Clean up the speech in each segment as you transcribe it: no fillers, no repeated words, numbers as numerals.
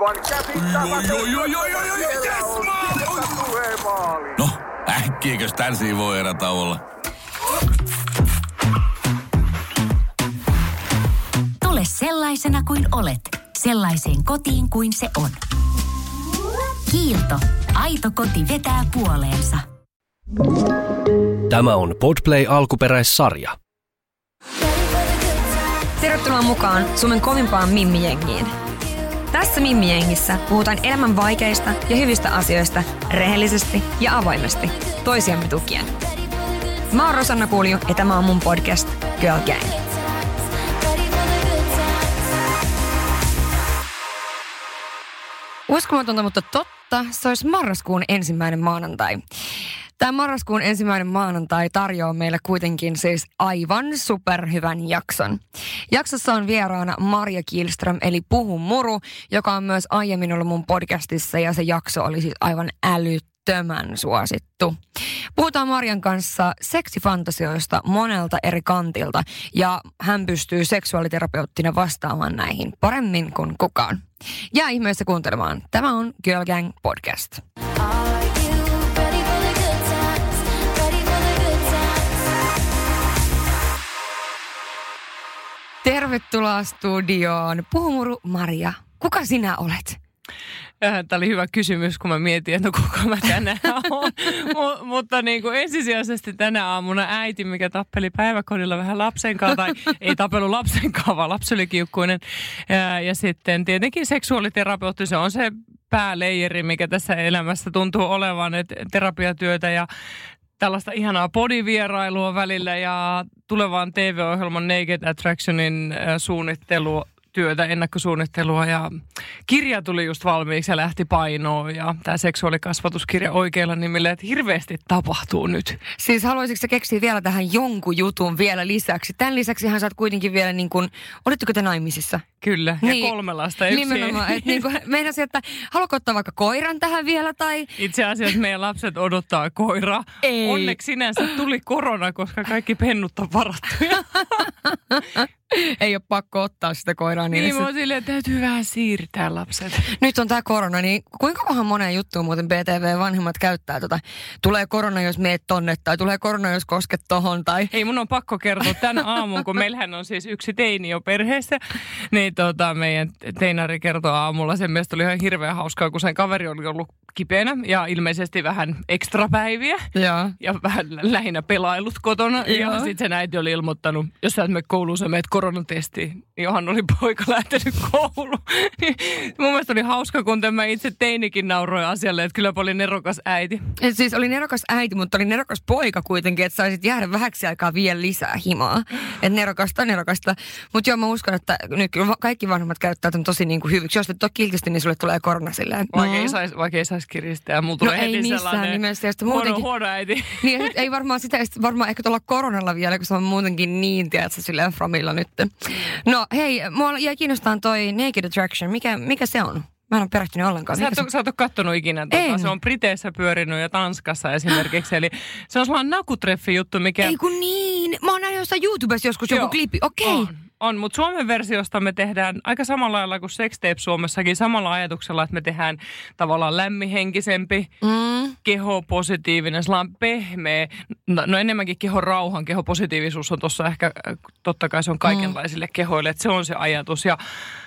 Aivan käsittämätöntä. No, äkkiäkös tän voi erätä olla? Tule sellaisena kuin olet, sellaiseen kotiin kuin se on. Kiilto. Aito koti vetää puoleensa. Tämä on Podplay alkuperäissarja. Tervetuloa mukaan Suomen kovimpaan Mimmi-jengiin. Tässä Mimmi-jengissä puhutaan elämän vaikeista ja hyvistä asioista rehellisesti ja avoimesti, toisiamme tukien. Mä oon Rosanna Kulju ja tämä on mun podcast Girl Gang. Uskomatonta, mutta totta, se olisi marraskuun 1. maanantai. Tämä marraskuun 1. maanantai tarjoaa meille kuitenkin siis aivan superhyvän jakson. Jaksossa on vieraana Marja Kihlström eli Puhu Muru, joka on myös aiemmin ollut mun podcastissa ja se jakso oli siis aivan älyttömän suosittu. Puhutaan Marjan kanssa seksifantasioista monelta eri kantilta ja hän pystyy seksuaaliterapeuttina vastaamaan näihin paremmin kuin kukaan. Jää ihmeessä kuuntelemaan. Tämä on Girl Gang Podcast. Tervetuloa studioon. Puhu Muru, Marja. Kuka sinä olet? Tämä oli hyvä kysymys, kun mä mietin, että kuka mä tänään olen. Mutta niin kuin ensisijaisesti tänä aamuna äiti, mikä tappeli päiväkodilla vähän lapsen kanssa, tai ei tapellut lapsen kanssa, vaan lapsi oli kiukkuinen. Ja sitten tietenkin seksuaaliterapeutti, se on se pääleijeri, mikä tässä elämässä tuntuu olevan, että terapiatyötä ja tällaista ihanaa podivierailua välillä ja tulevaan TV-ohjelman Naked Attractionin suunnittelutyötä, ennakkosuunnittelua ja kirja tuli just valmiiksi ja lähti painoon ja tämä seksuaalikasvatuskirja oikeilla nimillä, että hirveästi tapahtuu nyt. Siis haluaisitko sä keksiä vielä tähän jonkun jutun vielä lisäksi? Tämän lisäksihän sä oot kuitenkin vielä niin kuin, olitteko te naimisissa? Kyllä, ja 3 lasta yksin. Nimenomaan, että niin meinasin, että haluatko ottaa vaikka koiran tähän vielä tai... Itse asiassa meidän lapset odottaa koiraa. Ei. Onneksi sinänsä tuli korona, koska kaikki pennut on varattuja. Ei ole pakko ottaa sitä koiraa. Niin mä oon silleen, että täytyy vähän siirtää lapset. Nyt on tää korona, niin kuinka kohan moneen juttuun muuten BTV-vanhemmat käyttää tulee korona, jos meet tonne, tai tulee korona, jos kosket tohon, tai... Ei, mun on pakko kertoa tän aamun, kun meillähän on siis yksi teini jo perheessä, niin meidän teinari kertoo aamulla, sen mielestä oli ihan hirveän hauskaa, kun sen kaveri oli ollut kipeänä ja ilmeisesti vähän ekstrapäiviä ja vähän lähinnä pelailut kotona. Ja sitten sen äiti oli ilmoittanut, jos sä et mene kouluun, sä menet koronatestiin, niin johan oli poika lähtenyt kouluun. Mun mielestä oli hauska, kun tämä itse teinikin nauroi asialle, että kylläpä oli nerokas äiti. Et siis oli nerokas äiti, mutta oli nerokas poika kuitenkin, että saisit jäädä vähäksi aikaa vielä lisää himaa. Että nerokasta. Mutta joo, mä uskon, että nyt kaikki vanhemmat käyttää tämän tosi niin kuin hyviksi. Jos et ole kiltisti, niin sulle tulee korona silleen. Vaikka ei saisi kiristää. Mulla tulee heti sellainen huono äiti. Niin, ei varmaan sitä, varmaan ehkä tuolla koronalla vielä, kun se on muutenkin niin, tiedätkö, silleen framilla nyt. No hei, mua jäi kiinnostaa toi Naked Attraction. Mikä se on? Mä en ole perehtynyt ollenkaan. Sä et ole kattonut ikinä. Se on Briteissä pyörinyt ja Tanskassa esimerkiksi. Eli se on sellainen nakutreffi-juttu, mikä... Ei kun niin. Mä oon nähnyt jossain YouTubessa joskus joku klippi. Okei. On, mutta Suomen versiosta me tehdään aika samalla lailla kuin Sextape Suomessakin, samalla ajatuksella, että me tehdään tavallaan lämmihenkisempi, kehopositiivinen, sellainen pehmeä, no enemmänkin kehorauhan, kehopositiivisuus on tuossa ehkä, totta kai se on kaikenlaisille kehoille, että se on se ajatus ja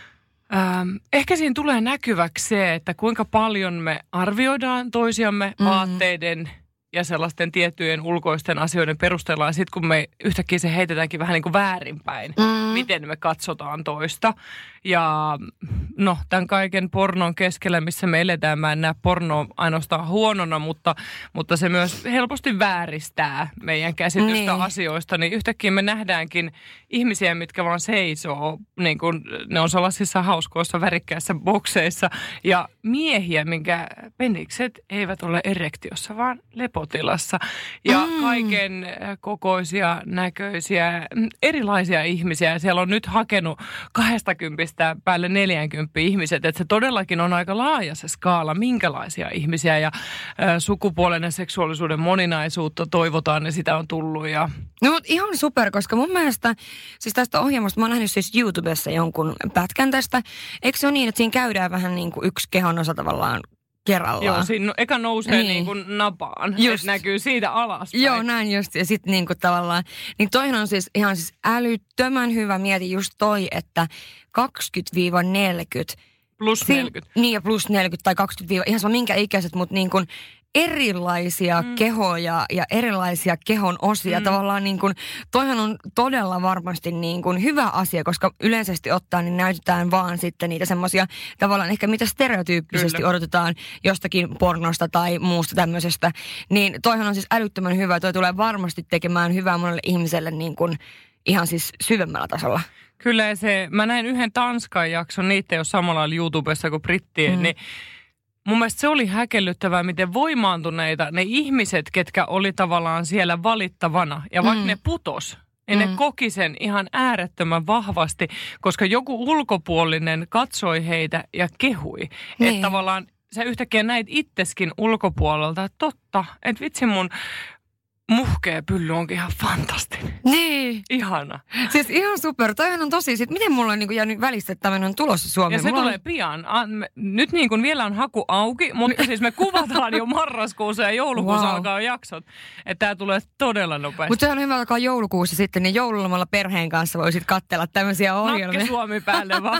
ehkä siinä tulee näkyväksi se, että kuinka paljon me arvioidaan toisiamme vaatteiden ja sellaisten tiettyjen ulkoisten asioiden perusteella. Ja sitten kun me yhtäkkiä se heitetäänkin vähän niin kuin väärinpäin, miten me katsotaan toista. Ja no, tämän kaiken pornon keskellä, missä me eletään, mä en näe pornoa ainoastaan huonona, mutta se myös helposti vääristää meidän käsitystä asioista. Niin yhtäkkiä me nähdäänkin ihmisiä, mitkä vaan seisoo, niin kuin ne on sellaisissa hauskoissa värikkäissä bokseissa. Ja miehiä, minkä penikset eivät ole erektiossa, vaan lepotilassa. Ja kaiken kokoisia, näköisiä, erilaisia ihmisiä. Siellä on nyt hakenut 20 päälle 40 ihmiset. Että se todellakin on aika laaja se skaala, minkälaisia ihmisiä ja sukupuolen ja seksuaalisuuden moninaisuutta toivotaan ja sitä on tullut. Ja... No mutta ihan super, koska mun mielestä, siis tästä ohjelmasta, mä oon nähnyt siis YouTubessa jonkun pätkän tästä. Eikö se ole niin, että siinä käydään vähän niin kuin yksi kehon osa tavallaan kerrallaan? Joo, siinä eka nousee niin kuin napaan, että näkyy siitä alaspäin. Joo, näin just. Ja sitten niin kuin tavallaan, niin toihan on siis ihan siis älyttömän hyvä mieti just toi, että 20-40. Plus 40. Niin ja plus 40 tai 20 ihan sama minkä ikäiset, mutta niin kuin erilaisia kehoja ja erilaisia kehon osia. Tavallaan niin kuin, toihan on todella varmasti niin kuin hyvä asia, koska yleisesti ottaen niin näytetään vaan sitten niitä semmoisia tavallaan ehkä mitä stereotyyppisesti odotetaan jostakin pornosta tai muusta tämmöisestä. Niin toihan on siis älyttömän hyvä. Toi tulee varmasti tekemään hyvää monelle ihmiselle niin kuin ihan siis syvemmällä tasolla. Kyllä mä näin yhden Tanskan jakson, niitä ei ole samalla lailla YouTubessa kuin brittien, niin mun mielestä se oli häkellyttävää, miten voimaantuneita ne ihmiset, ketkä oli tavallaan siellä valittavana. Ja vaikka ne putos, niin ne koki sen ihan äärettömän vahvasti, koska joku ulkopuolinen katsoi heitä ja kehui. Niin. Että tavallaan sä yhtäkkiä näit itseskin ulkopuolelta, että totta, että vitsi mun muhkea pylly onkin ihan fantastinen. Niin. Ihana. Siis ihan super. Toihan on tosi, sit miten mulla on niin kuin jäänyt välistä, että tämmöinen on tulossa Suomeen. Ja se tulee pian. Nyt niin kuin vielä on haku auki, mutta siis me kuvataan jo marraskuussa ja joulukuussa alkaa jaksot. Että tää tulee todella nopeasti. Mutta sehän on hyvä alkaa joulukuussa sitten, niin joululomalla perheen kanssa voi sitten katsella tämmöisiä ohjelmia. Nakke Suomi päälle vaan.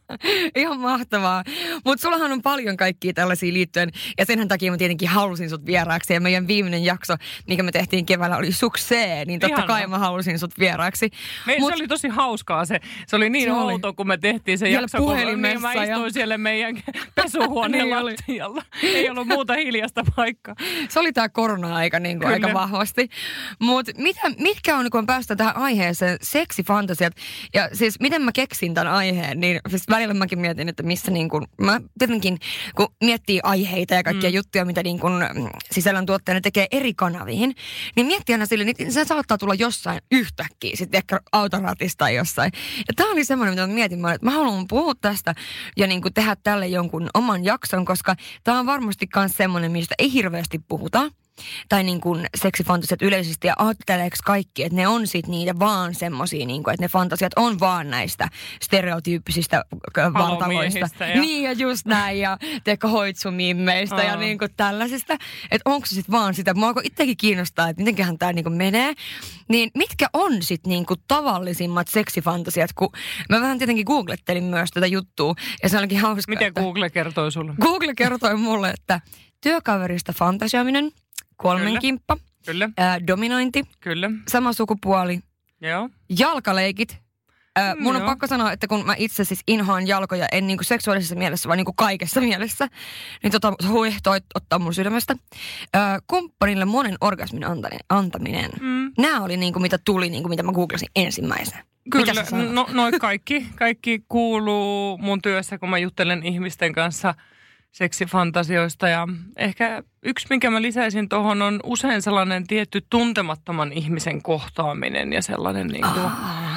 Ihan mahtavaa. Mutta sullahan on paljon kaikkia tällaisia liittyen. Ja senhän takia mä tietenkin halusin sut vieraaksi. Ja meidän viimeinen jakso, mikä me tehtiin keväällä, oli suksee. Niin totta kai mä halusin sut vieraaksi. Se oli tosi hauskaa se. Se oli niin outo, kun me tehtiin se jakso. Niin mä istuin siellä meidän pesuhuoneen lattialla. Ei ollut muuta hiljasta paikkaa. Se oli tää korona-aika niin kuin aika vahvasti. Mutta mitkä on, kun päästä tähän aiheeseen, seksifantasiat. Ja siis miten mä keksin tämän aiheen, niin siis välillä mäkin mietin, että missä niin kuin, mä tietenkin kun miettii aiheita ja kaikkia juttuja, mitä niin kuin sisällöntuottajana tekee eri kanaviin, niin miettii aina silleen, että se saattaa tulla jossain yhtäkkiä, sitten ehkä autoratista tai jossain. Ja tää oli semmoinen, mitä mä mietin, että mä haluan puhua tästä ja niin kuin tehdä tälle jonkun oman jakson, koska tää on varmasti myös semmoinen, mistä ei hirveästi puhuta. Tai niin kuin seksifantasiat yleisesti ja ajatteleeko kaikki, että ne on sit niitä vaan semmosia, niin kuin, että ne fantasiat on vaan näistä stereotyyppisistä vartaloista. Niin ja just näin ja teekö hoitsumimmeistä ja niin kuin tällaisista. Että onko se sit vaan sitä, mua alkoi itsekin kiinnostaa, että mitenköhän tää niin kuin menee. Niin mitkä on sit niin kuin tavallisimmat seksifantasiat, kun mä vähän tietenkin googlettelin myös tätä juttua ja se olikin hauska. Miten Google kertoi sulle? Google kertoi mulle, että työkaverista fantasioiminen, kolmenkimppa, Kyllä. Dominointi, Kyllä. Sama sukupuoli, Joo. Jalkaleikit. Mun on pakko sanoa, että kun mä itse siis inhoan jalkoja, en niinku seksuaalisessa mielessä, vaan niinku kaikessa mielessä, niin toi ottaa mun sydämestä. Kumppanille monen orgasmin antaminen. Nämä oli niinku mitä tuli, niinku mitä mä googlasin ensimmäisenä. Kyllä, noi kaikki kuuluu mun työssä, kun mä juttelen ihmisten kanssa seksifantasioista ja ehkä yksi, minkä mä lisäisin tuohon, on usein sellainen tietty tuntemattoman ihmisen kohtaaminen ja sellainen niin kuin,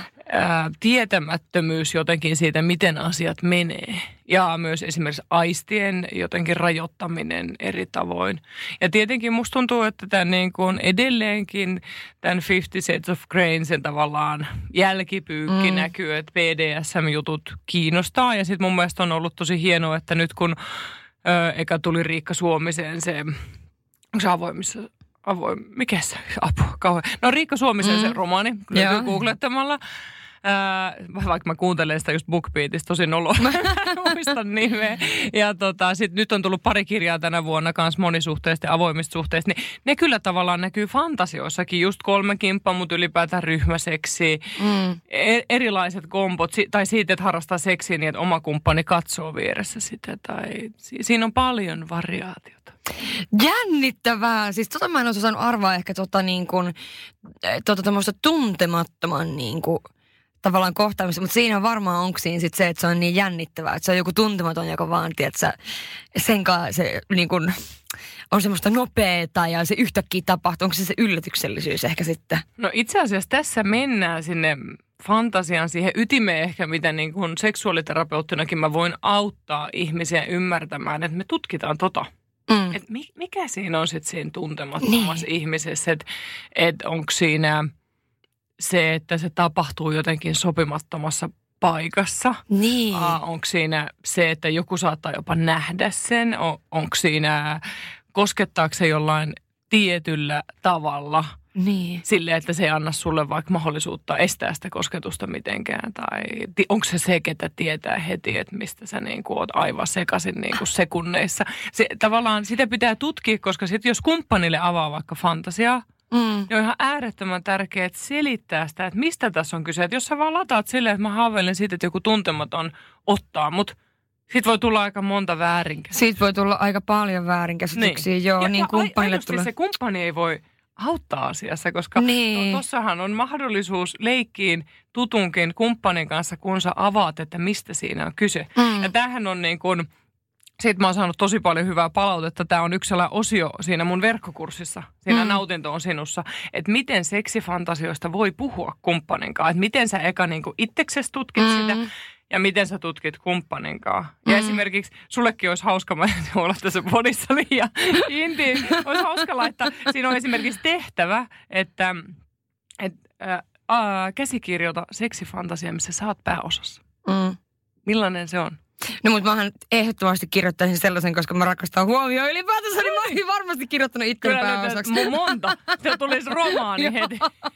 tietämättömyys jotenkin siitä, miten asiat menee. Ja myös esimerkiksi aistien jotenkin rajoittaminen eri tavoin. Ja tietenkin musta tuntuu, että tämän niin kuin edelleenkin tämän 50 Shades of Greyn sen tavallaan jälkipyykki näkyy, että BDSM-jutut kiinnostaa. Ja sitten mun mielestä on ollut tosi hienoa, että nyt kun eka tuli Riikka Suomiseen se, onko se mikä se? Apua, kauhean. No Riikka Suomiseen se romaani, löytyy googlettamalla. Vaikka mä kuuntelen sitä just BookBeatista, tosi noloa, muistan nimeä. Ja sit nyt on tullut pari kirjaa tänä vuonna kanssa monisuhteista ja avoimista suhteista, niin ne kyllä tavallaan näkyy fantasioissakin, just kolmenkimppa, mutta ylipäätään ryhmäseksiä, erilaiset kompot, tai siitä, että harrastaa seksiä niin, että oma kumppani katsoo vieressä sitä, tai siinä on paljon variaatiota. Jännittävää. Siis mä en olisi osannut arvaa ehkä tämmöistä tuntemattoman niinku tavallaan kohtaamista, mutta siinä varmaan onko siinä sit se, että se on niin jännittävää, että se on joku tuntematon, joka vaan, tiedätkö, senkaan se niin kuin on semmoista nopeeta ja se yhtäkkiä tapahtuu. Onko se yllätyksellisyys ehkä sitten? No itse asiassa tässä mennään sinne fantasian siihen ytimeen ehkä, mitä niin kuin seksuaaliterapeuttina mä voin auttaa ihmisiä ymmärtämään, että me tutkitaan tota. Että mikä siinä on sitten siinä tuntemattomassa ihmisessä, että onko siinä se, että se tapahtuu jotenkin sopimattomassa paikassa. Niin. Onko siinä se, että joku saattaa jopa nähdä sen? Onko siinä, koskettaako se jollain tietyllä tavalla? Niin. Silleen, että se ei anna sulle vaikka mahdollisuutta estää sitä kosketusta mitenkään. Tai onko se ketä tietää heti, että mistä sä niin kuin oot aivan sekaisin niin kuin sekunneissa. Tavallaan sitä pitää tutkia, koska sitten jos kumppanille avaa vaikka fantasiaa, niin on ihan äärettömän tärkeää selittää sitä, että mistä tässä on kyse. Että jos sä vaan lataat silleen, että mä haaveilen siitä, että joku tuntematon ottaa mut, siitä voi tulla aika monta väärinkäsityksiä. Siitä voi tulla aika paljon väärinkäsityksiä, niin. joo. Ja, niin kumppanille tulee. Se kumppani ei voi auttaa asiassa, koska tossahan on mahdollisuus leikkiin tutunkin kumppanin kanssa, kun sä avaat, että mistä siinä on kyse. Ja tämähän on niin kuin, siitä mä oon saanut tosi paljon hyvää palautetta. Tämä on yksi sellainen osio siinä mun verkkokurssissa, siinä Nautinto on sinussa, että miten seksifantasioista voi puhua kumppaninkaan. Että miten sä eka niin kuin itseksesi tutkit sitä ja miten sä tutkit kumppaninkaan. Ja esimerkiksi sullekin olisi hauska, mä en olla tässä podissa liian intiin, olisi hauska laittaa, siinä on esimerkiksi tehtävä, että käsikirjoita seksifantasia, missä sä oot pääosassa. Millainen se on? No mutta mähän ehdottomasti kirjoittaisin sellaisen, koska mä rakastan huomioon ylipäätänsä, niin mä olisin varmasti kirjoittanut itse pääosaksi. Kyllä monta. Se tulisi romaani heti.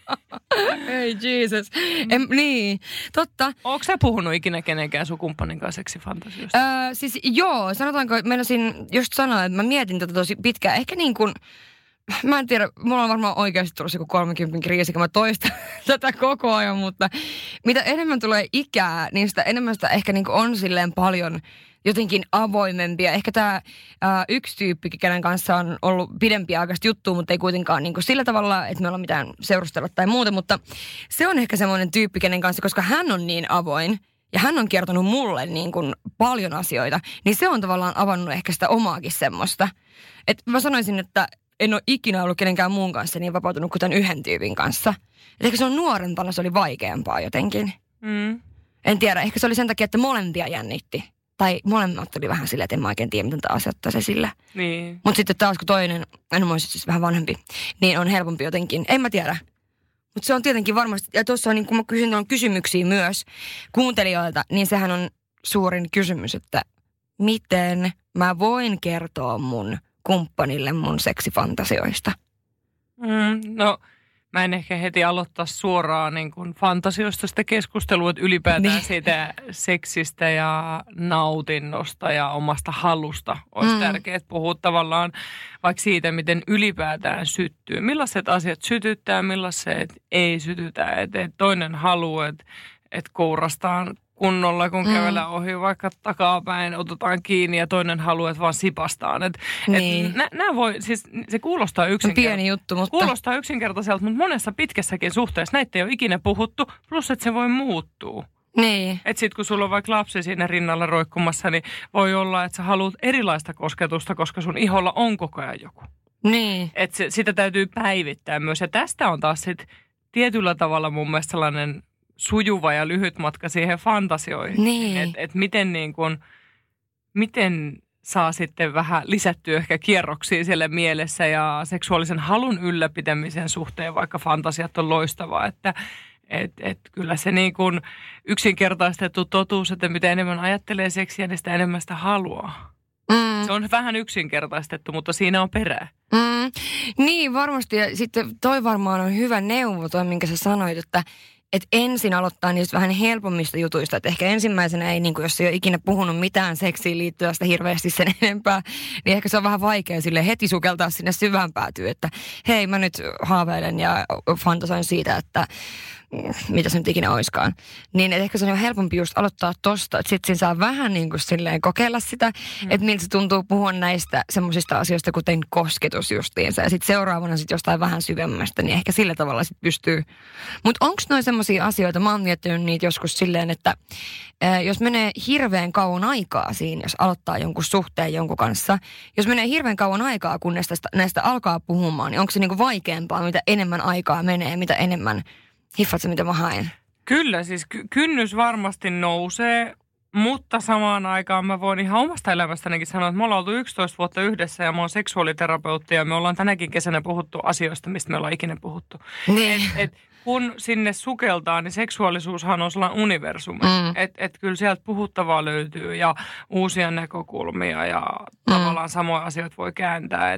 Ei Jesus. Niin, totta. Ootko sä puhunut ikinä kenenkään sun kumppanin kanssa seksifantasioista? Siis joo, sanotaanko, meinasin just sanoa, että mä mietin tätä tosi pitkään. Ehkä niin kuin, mä en tiedä, mulla on varmaan oikeasti tullut joku 30 kriisi, kun mä toistan tätä koko ajan, mutta mitä enemmän tulee ikää, niin sitä enemmän sitä ehkä niin kuin on silleen paljon jotenkin avoimempia. Ehkä tämä yksi tyyppi, kenen kanssa on ollut pidempiaikaista juttua, mutta ei kuitenkaan niin kuin sillä tavalla, että me ollaan mitään seurustella tai muuta, mutta se on ehkä semmoinen tyyppi, kenen kanssa, koska hän on niin avoin ja hän on kertonut mulle niin kuin paljon asioita, niin se on tavallaan avannut ehkä sitä omaakin semmoista. Et mä sanoisin, että en ole ikinä ollut kenenkään muun kanssa niin vapautunut kuin tämän yhden tyypin kanssa. Et ehkä se on nuorempana, se oli vaikeampaa jotenkin. En tiedä, ehkä se oli sen takia, että molempia jännitti. Tai molemmat oli vähän silleen, että en mä oikein tiedä, miten tämä asettaa se sillä. Niin. Mutta sitten taas kun toinen, en mä siis vähän vanhempi, niin on helpompi jotenkin. En mä tiedä. Mutta se on tietenkin varmasti, ja tuossa on, niin kun mä kysyn kysymyksiä myös kuuntelijoilta, niin sehän on suurin kysymys, että miten mä voin kertoa mun kumppanille mun seksifantasioista? No, mä en ehkä heti aloittaa suoraan niin kuin fantasioista sitä keskustelua, että ylipäätään siitä seksistä ja nautinnosta ja omasta halusta olisi tärkeää puhua tavallaan vaikka siitä, miten ylipäätään syttyy. Millaiset asiat sytyttää, millaiset ei sytytä. Että toinen haluaa, että kourastaan kunnolla, kun kävellään ohi vaikka takapäin, otetaan kiinni ja toinen haluaa, että vaan sipastaan. Niin. Nämä voi, siis se kuulostaa pieni juttu, mutta kuulostaa yksinkertaiselta, mutta monessa pitkässäkin suhteessa näitä ei ole ikinä puhuttu, plus että se voi muuttua. Niin. Että sitten kun sulla on vaikka lapsi siinä rinnalla roikkumassa, niin voi olla, että sä haluat erilaista kosketusta, koska sun iholla on koko ajan joku. Niin. Että sitä täytyy päivittää myös. Ja tästä on taas sitten tietyllä tavalla mun mielestä sellainen sujuva ja lyhyt matka siihen fantasioihin. Niin. Että miten saa sitten vähän lisättyä ehkä kierroksia siellä mielessä ja seksuaalisen halun ylläpitämisen suhteen, vaikka fantasiat on loistavaa. Että kyllä se niin kuin yksinkertaistettu totuus, että mitä enemmän ajattelee seksiä, niin sitä enemmän sitä haluaa. Se on vähän yksinkertaistettu, mutta siinä on perää. Niin, varmasti. Ja sitten toi varmaan on hyvä neuvo, toi minkä sä sanoit, että ensin aloittaa niistä vähän helpommista jutuista. Että ehkä ensimmäisenä ei, niin kuin jos ei ole ikinä puhunut mitään seksiin liittyvästä hirveästi sen enempää, niin ehkä se on vähän vaikea sille heti sukeltaa sinne syvään päätyyn, että hei, mä nyt haaveilen ja fantasoin siitä, että mitä se nyt ikinä oiskaan. Niin ehkä se on jo helpompi just aloittaa tosta, että sitten saa vähän niin kuin silleen kokeilla sitä, että miltä se tuntuu puhua näistä semmoisista asioista, kuten kosketus justiinsa. Ja sitten seuraavana sitten jostain vähän syvemmästä, niin ehkä sillä tavalla sitten pystyy. Mutta onko noin semmoisia asioita, mä oon miettinyt niitä joskus silleen, että jos menee hirveän kauan aikaa siinä, jos aloittaa jonkun suhteen jonkun kanssa, jos menee hirveän kauan aikaa, kun näistä alkaa puhumaan, niin onko se niinku vaikeampaa, mitä enemmän aikaa menee, mitä enemmän. Hiffaat sä, mitä mä haen? Kyllä, siis kynnys varmasti nousee, mutta samaan aikaan mä voin ihan omasta elämästänikin sanoa, että me ollaan oltu 11 vuotta yhdessä ja mä oon seksuaaliterapeutti ja me ollaan tänäkin kesänä puhuttu asioista, mistä me ollaan ikinä puhuttu. Niin. Kun sinne sukeltaa, niin seksuaalisuushan on sellainen universumi. Että kyllä sieltä puhuttavaa löytyy ja uusia näkökulmia ja tavallaan samoja asioita voi kääntää.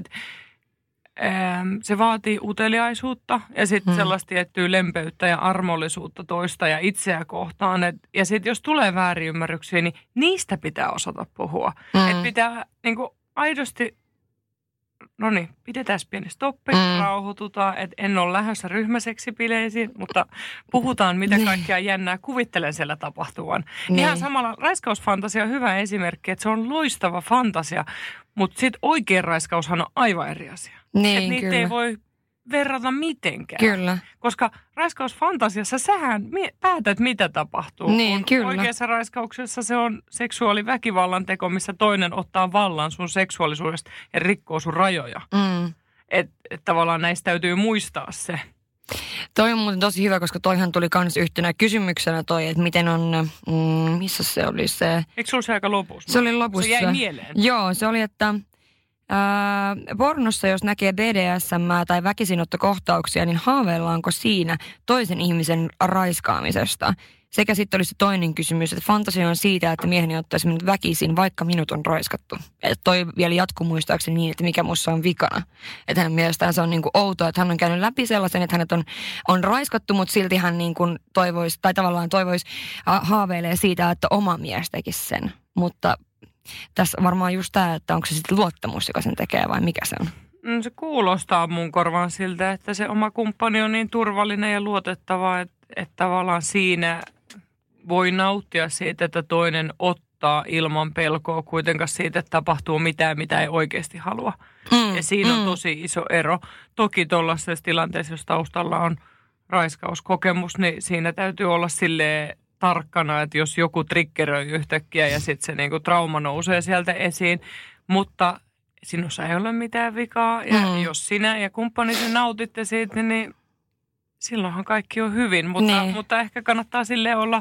Se vaatii uteliaisuutta ja sitten sellaista tiettyä lempeyttä ja armollisuutta toista ja itseä kohtaan. Ja sitten jos tulee väärinymmärryksiä, niin niistä pitää osata puhua. Että pitää niinku aidosti, no niin, pidetään pieni stoppi, rauhoitutaan, että en ole lähdössä ryhmäseksipileisiin, mutta puhutaan mitä kaikkea jännää kuvittelen siellä tapahtuvan. Ihan samalla raiskausfantasia on hyvä esimerkki, että se on loistava fantasia, mutta sitten oikea raiskaushan on aivan eri asia. Niin, että niitä ei voi verrata mitenkään. Kyllä. Koska raiskausfantasiassa sähän päätät, mitä tapahtuu. Niin, kyllä. Oikeassa raiskauksessa se on seksuaaliväkivallan teko, missä toinen ottaa vallan sun seksuaalisuudesta ja rikkoo sun rajoja. Että tavallaan näistä täytyy muistaa se. Toi on muuten tosi hyvä, koska toihan tuli kans yhtenä kysymyksenä toi, että miten on, missä se oli se? Eikö sulla se aika lopussa? Se oli lopussa. Se jäi mieleen. Joo, se oli, että pornossa, jos näkee BDSM tai väkisinottokohtauksia, niin haaveillaanko siinä toisen ihmisen raiskaamisesta? Sekä sitten oli se toinen kysymys, että fantasia on siitä, että mieheni ottaisi minut väkisin, vaikka minut on raiskattu. Että toi vielä jatkuu muistaakseni niin, että mikä musta on vikana. Että hänen mielestään se on niin kuin outoa, että hän on käynyt läpi sellaisen, että hänet on raiskattu, mutta silti hän niin kuin toivoisi, tai tavallaan haaveilee siitä, että oma mies tekisi sen. Mutta tässä varmaan just tämä, että onko se sitten luottamus, joka sen tekee vai mikä se on? Se kuulostaa mun korvaan siltä, että se oma kumppani on niin turvallinen ja luotettava, että tavallaan siinä voi nauttia siitä, että toinen ottaa ilman pelkoa kuitenkaan siitä, että tapahtuu mitään, mitä ei oikeasti halua. Ja siinä on tosi iso ero. Toki tuollaisessa tilanteessa, jos taustalla on raiskauskokemus, niin siinä täytyy olla silleen tarkkana, että jos joku triggeröi yhtäkkiä ja sitten se niinku trauma nousee sieltä esiin, mutta sinussa ei ole mitään vikaa ja jos sinä ja kumppanisi nautitte siitä, niin silloinhan kaikki on hyvin, mutta ehkä kannattaa silleen olla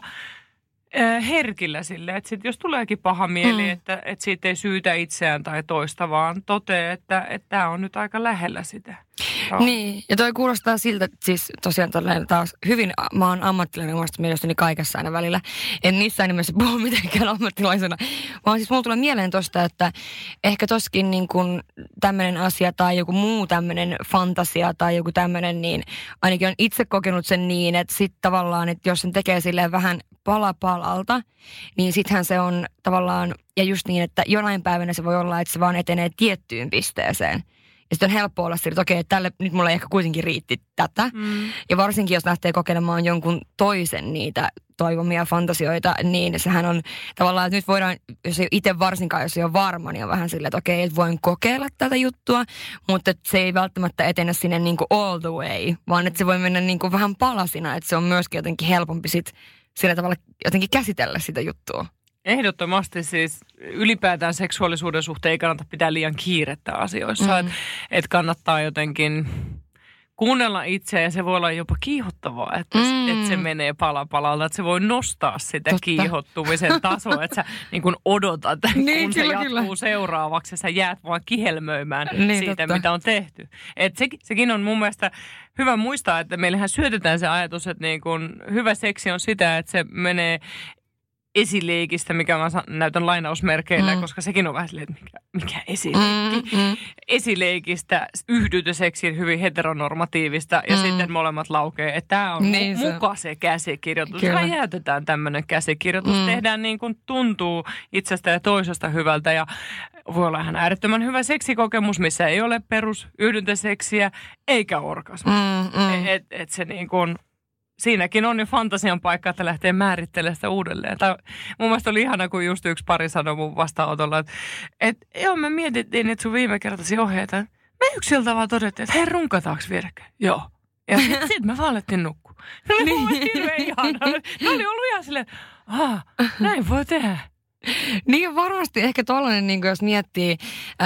herkillä silleen, että sit jos tuleekin paha mieli, että siitä ei syytä itseään tai toista, vaan toteaa, että tämä on nyt aika lähellä sitä. Niin, ja toi kuulostaa siltä, että siis tosiaan taas hyvin, mä oon ammattilainen omasta mielestäni kaikessa aina välillä. En missään nimessä puhu mitenkään ammattilaisena, vaan siis mulla tulee mieleen tosta, että ehkä toskin niin kuin tämmöinen asia tai joku muu tämmöinen fantasia tai joku tämmöinen, niin ainakin on itse kokenut sen niin, että sit tavallaan, että jos sen tekee silleen vähän pala palalta, niin sittenhän se on tavallaan, ja just niin, että jonain päivänä se voi olla, että se vaan etenee tiettyyn pisteeseen. Ja sitten on helppo olla sillä, että okei, tälle nyt mulle ehkä kuitenkin riitti tätä. Ja varsinkin, jos lähtee kokeilemaan jonkun toisen niitä toivomia fantasioita, niin sehän on tavallaan, että nyt voidaan, jos ei itse varsinkaan, jos ei ole varma, niin on vähän silleen, että okei, että voin kokeilla tätä juttua, mutta se ei välttämättä etene sinne niin kuin all the way, vaan että se voi mennä niin kuin vähän palasina, että se on myöskin jotenkin helpompi sit sillä tavalla jotenkin käsitellä sitä juttua. Ehdottomasti siis ylipäätään seksuaalisuuden suhteen ei kannata pitää liian kiirettä asioissa. Että kannattaa jotenkin kuunnella itseä ja se voi olla jopa kiihottavaa, että se menee pala palalta. Että se voi nostaa sitä kiihottumisen tasoa, että sä niin kuin odotat, kun se jatkuu seuraavaksi ja sä jäät vaan kihelmöimään siitä, mitä on tehty. Että sekin on mun mielestä hyvä muistaa, että meillähän syötetään se ajatus, että niin kuin hyvä seksi on sitä, että se menee esileikistä, mikä mä näytän lainausmerkeillä, koska sekin on vähän silleen, että mikä esileikki. Esileikistä yhdytyseksiin hyvin heteronormatiivista ja sitten molemmat laukee, että tämä on muka se käsikirjoitus. Me jätetään tämmöinen käsikirjoitus. Tehdään niin kuin tuntuu itsestä ja toisesta hyvältä ja voi olla ihan äärettömän hyvä seksikokemus, missä ei ole perus yhdyntäseksiä eikä orgasmia. Et se niin kuin siinäkin on jo fantasian paikka, että lähtee määrittelemään sitä uudelleen. Tai mun mielestä oli ihana, kun just yksi pari sanoi mun vastaanotolla, että joo, me mietittiin nyt sun viimekertaisia ohjeita. Me yksiltä vaan todettiin, että hei, runkataanko vierekkäin? Joo. Ja sitten me vaan alettiin nukkua. Ne oli mun mielestä hirveän ihana. Ne oli ollut ihan silleen, näin voi tehdä. Niin varmasti ehkä tollainen, niin jos miettii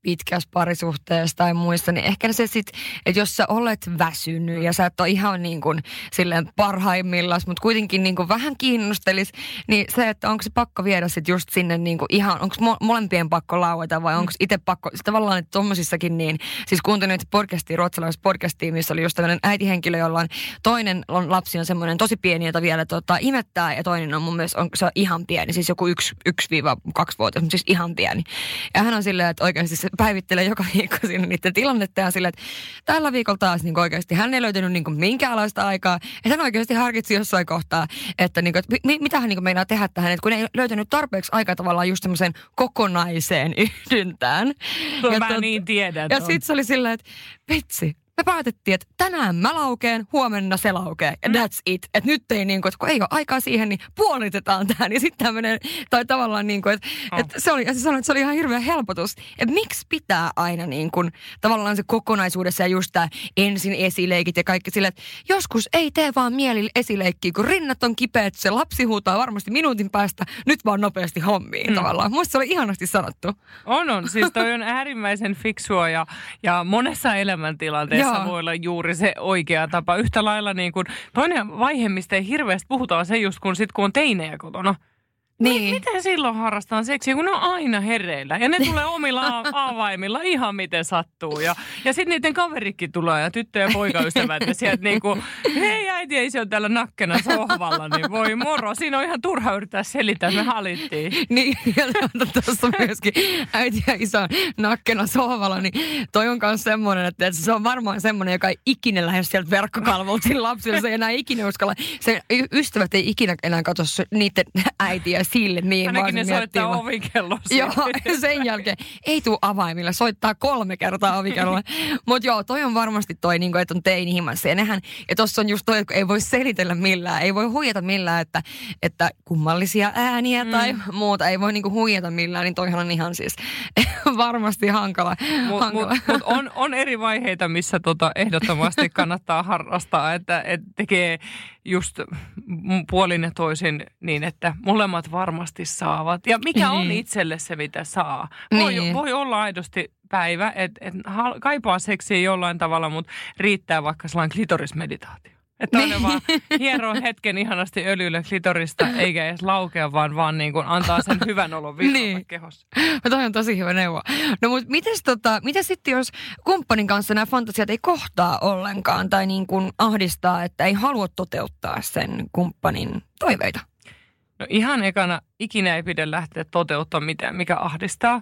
pitkässä parisuhteessa tai muissa, niin ehkä se sitten, että jos sä olet väsynyt ja sä et ole ihan niin kuin silleen parhaimmillaan, mutta kuitenkin niin kuin vähän kiinnostelis, niin se, että onko se pakko viedä sitten just sinne niin kuin ihan, onko molempien pakko laueta vai onko itse pakko, tavallaan, että tommosissakin niin, siis kuuntelin podcastia, ruotsalaisessa podcastia, missä oli just tämmöinen äitihenkilö, jolla on toinen lapsi on semmoinen tosi pieni, jota vielä imettää ja toinen on mun mielestä, se on ihan pieni, siis joku 1-2-vuotias, mutta siis ihan pieni. Ja hän on silleen, että oikeasti se päivittelee joka viikko siinä niiden tilannetta ja silleen, että tällä viikolla taas niin oikeasti hän ei löytänyt niin minkäänlaista aikaa. Ja hän oikeasti harkitsi jossain kohtaa, että, niin kuin, että mitä hän niin meinaa tehdä tähän, että kun ei löytänyt tarpeeksi aikaa tavallaan just semmoiseen kokonaiseen yhdyntään. Mä niin tiedän. Ja sitten se oli silleen, että vitsi. Me päätettiin, että tänään mä laukeen, huomenna se laukee. Ja that's it. Että nyt ei niin kuin, että kun ei ole aikaa siihen, niin puolitetaan tähän. Ja sitten tämmöinen, tai tavallaan niin kuin, että se oli, ja se sanoi, että se oli ihan hirveä helpotus. Että miksi pitää aina niin kuin, tavallaan se kokonaisuudessa ja just tämä ensin esileikit ja kaikki sille, että joskus ei tee vaan mieli esileikkiä, kun rinnat on kipeät, se lapsi huutaa varmasti minuutin päästä, nyt vaan nopeasti hommiin tavallaan. Musta se oli ihanasti sanottu. On. Siis toi on äärimmäisen fiksua ja monessa elämäntilanteessa voi olla juuri se oikea tapa. Yhtä lailla niin kuin toinen vaihe, mistä ei hirveästi puhutaan, se just kun on teinejä kotona. Niin. Miten silloin harrastaan seksiä, kun ne on aina hereillä. Ja ne tulee omilla avaimilla ihan miten sattuu. Ja sitten niiden kaverikin tulee ja tyttö- ja poikaystävät. Ja sieltä niinku, hei äiti ja isä on täällä nakkena sohvalla, niin voi moro. Siinä on ihan turha yrittää selittää, me halittiin. Niin, ja tuossa myöskin äiti ja isä on nakkena sohvalla, niin toi on myös semmoinen, että se on varmaan semmoinen, joka ei ikinä lähde sieltä verkkokalvolta sillä lapsilla. Se ei enää ikinä uskalla. Se ystävät ei ikinä enää katso niiden äitiä sille. Niin, ainakin ne soittaa ovikelloa. Joo, sen jälkeen ei tule avaimilla, soittaa 3 kertaa ovikellolla. Mutta joo, toi on varmasti toi, niin että on teini-himassa. Ja nehän, ja tossa on just toi, että ei voi selitellä millään, ei voi huijata millään, että kummallisia ääniä tai muuta, ei voi niinku huijata millään, niin toihan on ihan siis varmasti hankala. Mut on eri vaiheita, missä ehdottomasti kannattaa harrastaa, että tekee just puolin ja toisin niin, että molemmat varmasti saavat. Ja mikä on itselle se, mitä saa. Voi olla aidosti päivä, että kaipaa seksiä jollain tavalla, mutta riittää vaikka sellainen klitorismeditaatio. Että toinen vaan hieroo hetken ihanasti öljyllä klitorista, eikä edes laukea, vaan niin kuin antaa sen hyvän olon virrata kehossa. Toi on tosi hyvä neuvo. No mutta mitä sitten, jos kumppanin kanssa nämä fantasiat ei kohtaa ollenkaan tai niin kuin ahdistaa, että ei halua toteuttaa sen kumppanin toiveita? No ihan ekana ikinä ei pidä lähteä toteuttamaan mitään, mikä ahdistaa.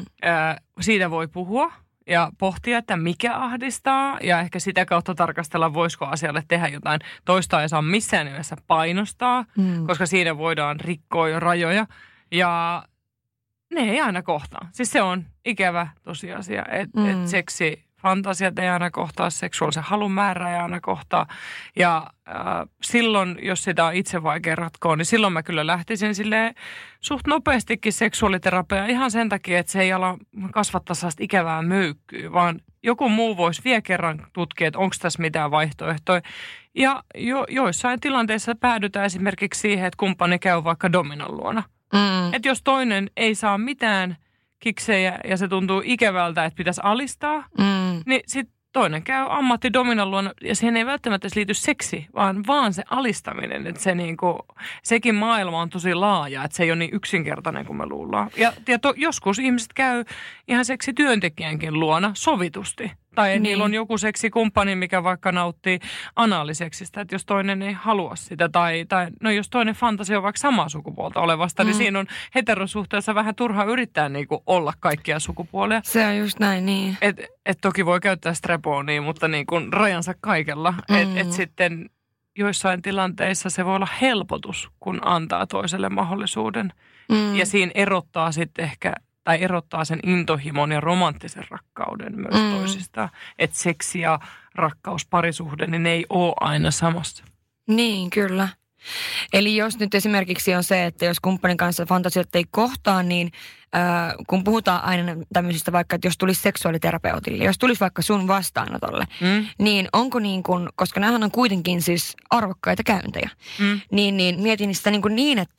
Siitä voi puhua ja pohtia, että mikä ahdistaa ja ehkä sitä kautta tarkastella, voisiko asialle tehdä jotain. Toista ei saa missään nimessä painostaa, koska siinä voidaan rikkoa jo rajoja ja ne ei aina kohtaa. Siis se on ikävä tosiasia, että seksi... Fantasiat ei aina kohtaa, seksuaalisen halun määrä ei aina kohtaa. Ja silloin, jos sitä on itse vaikea ratkoa, niin silloin mä kyllä lähtisin silleen suht nopeastikin seksuaaliterapiaan ihan sen takia, että se ei ala kasvattaa sellaista ikävää möykkyä, vaan joku muu voisi vielä kerran tutkia, että onko tässä mitään vaihtoehtoja. Ja joissain tilanteissa päädytään esimerkiksi siihen, että kumppani käy vaikka dominan luona. Että jos toinen ei saa mitään kiksejä ja se tuntuu ikävältä, että pitäisi alistaa, niin sitten toinen käy ammattidominan luona ja siihen ei välttämättä liity seksi, vaan se alistaminen. Että se niinku, sekin maailma on tosi laaja, että se ei ole niin yksinkertainen kuin me luullaan. Ja joskus ihmiset käy ihan seksityöntekijänkin luona sovitusti. Tai niillä on joku seksikumppani, mikä vaikka nauttii anaaliseksistä, että jos toinen ei halua sitä. Tai no jos toinen fantasia on vaikka samaa sukupuolta olevasta, niin siinä on heterosuhteessa vähän turha yrittää niinku olla kaikkia sukupuolia. Se on just näin, niin. Et toki voi käyttää streponia, mutta niinku rajansa kaikella. Et sitten joissain tilanteissa se voi olla helpotus, kun antaa toiselle mahdollisuuden. Ja siinä erottaa sitten ehkä... Tai erottaa sen intohimon ja romanttisen rakkauden myös toisistaan. Että seksi ja rakkaus, parisuhde, niin ne ei ole aina samassa. Niin, kyllä. Eli jos nyt esimerkiksi on se, että jos kumppanin kanssa fantasiat ei kohtaa, niin kun puhutaan aina tämmöisistä vaikka, että jos tulisi seksuaaliterapeutille, jos tulisi vaikka sun vastaanotolle, niin onko niin kuin, koska nämähän on kuitenkin siis arvokkaita käyntejä, niin mietin sitä niin, että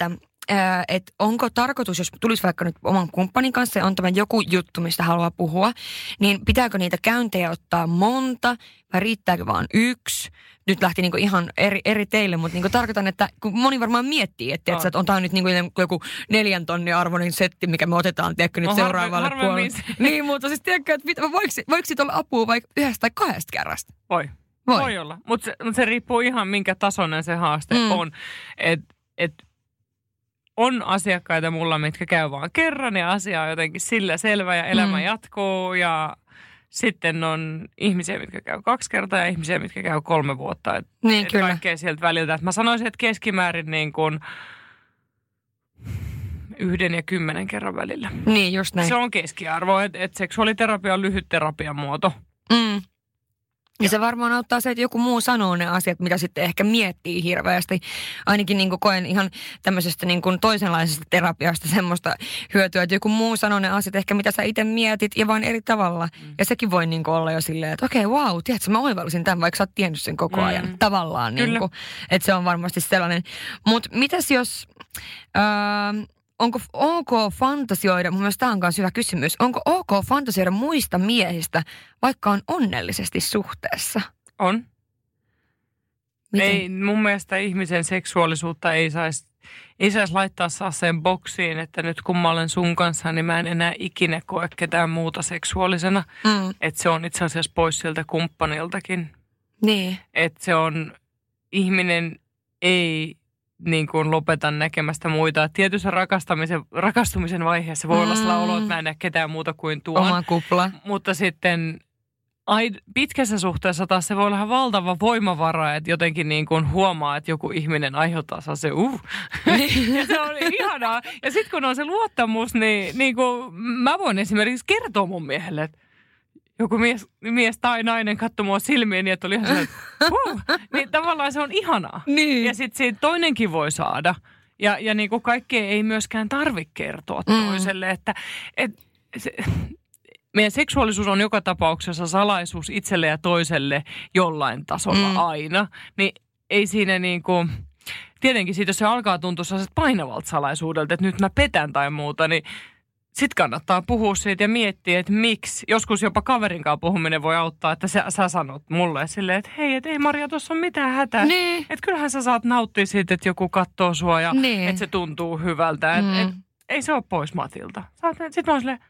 että onko tarkoitus, jos tulisi vaikka nyt oman kumppanin kanssa ja on tämä joku juttu, mistä haluaa puhua, niin pitääkö niitä käyntejä ottaa monta vai riittääkö vaan yksi? Nyt lähti niinku ihan eri teille, mutta niinku tarkoitan, että kun moni varmaan miettii, että on tämä nyt niinku joku 4 000 arvoinen setti, mikä me otetaan, tiedätkö, nyt seuraavalle puolelle. Niin, mutta siis tiedätkö, että voiko siitä olla apua vaikka 1 tai 2 kerrasta? Voi olla, mutta se riippuu ihan minkä tasoinen se haaste on. On asiakkaita mulla, mitkä käy vaan kerran ja asia on jotenkin sillä selvä ja elämä jatkuu ja sitten on ihmisiä, mitkä käy 2 kertaa ja ihmisiä, mitkä käy 3 vuotta. Niin, kyllä. Kaikkea sieltä väliltä. Et mä sanoisin, että keskimäärin niin kuin 1 ja 10 kerran välillä. Niin, just näin. Se on keskiarvo, että seksuaaliterapia on lyhyt terapian muoto. Ja se varmaan auttaa se, että joku muu sanoo ne asiat, mitä sitten ehkä miettii hirveästi. Ainakin niin kuin koen ihan tämmöisestä niin kuin toisenlaisesta terapiasta semmoista hyötyä, että joku muu sanoo ne asiat ehkä, mitä sä itse mietit ja vaan eri tavalla. Ja sekin voi niin kuin olla jo silleen, että okei, wow, tiedätkö, mä oivallisin tämän, vaikka sä oot tiennyt sen koko ajan. Tavallaan niin kuin, että se on varmasti sellainen. Mutta mitäs jos... Onko ok fantasioida, mun mielestä tämä on myös hyvä kysymys, onko ok fantasioida muista miehistä, vaikka on onnellisesti suhteessa? On. Miten? Ei, mun mielestä ihmisen seksuaalisuutta ei saisi laittaa sen boksiin, että nyt kun mä olen sun kanssa, niin mä en enää ikinä koe ketään muuta seksuaalisena. Että se on itse asiassa pois siltä kumppaniltakin. Niin. Että se on, ihminen ei... niin kuin lopetan näkemästä muita. Tietyssä rakastumisen vaiheessa voi olla sellainen olo, että mä en näe ketään muuta kuin tuon. Oma kupla. Mutta sitten pitkässä suhteessa taas se voi olla valtava voimavara, että jotenkin niin kuin huomaa, että joku ihminen aiheuttaa se ja se on ihanaa. Ja sitten kun on se luottamus, niin kuin mä voin esimerkiksi kertoa mun miehelle, että joku mies tai nainen katsoi mua silmiin, niin että oli ihan se, että niin tavallaan se on ihanaa. Niin. Ja sitten siitä toinenkin voi saada. Ja niin kuin kaikkea ei myöskään tarvitse kertoa toiselle, että meidän seksuaalisuus on joka tapauksessa salaisuus itselle ja toiselle jollain tasolla aina. Niin ei siinä niin kuin, tietenkin siitä, jos se alkaa tuntua sellaiset painavalta salaisuudelta, että nyt mä petän tai muuta, niin sitten kannattaa puhua siitä ja miettiä, että miksi. Joskus jopa kaverin kanssa puhuminen voi auttaa, että sä sanot mulle silleen, että hei, et ei Maria, tuossa on mitään hätää. Niin. Että kyllähän sä saat nauttia siitä, että joku katsoo sua ja että se tuntuu hyvältä. Ei se ole pois Matilta. Sitten mä oon silleen,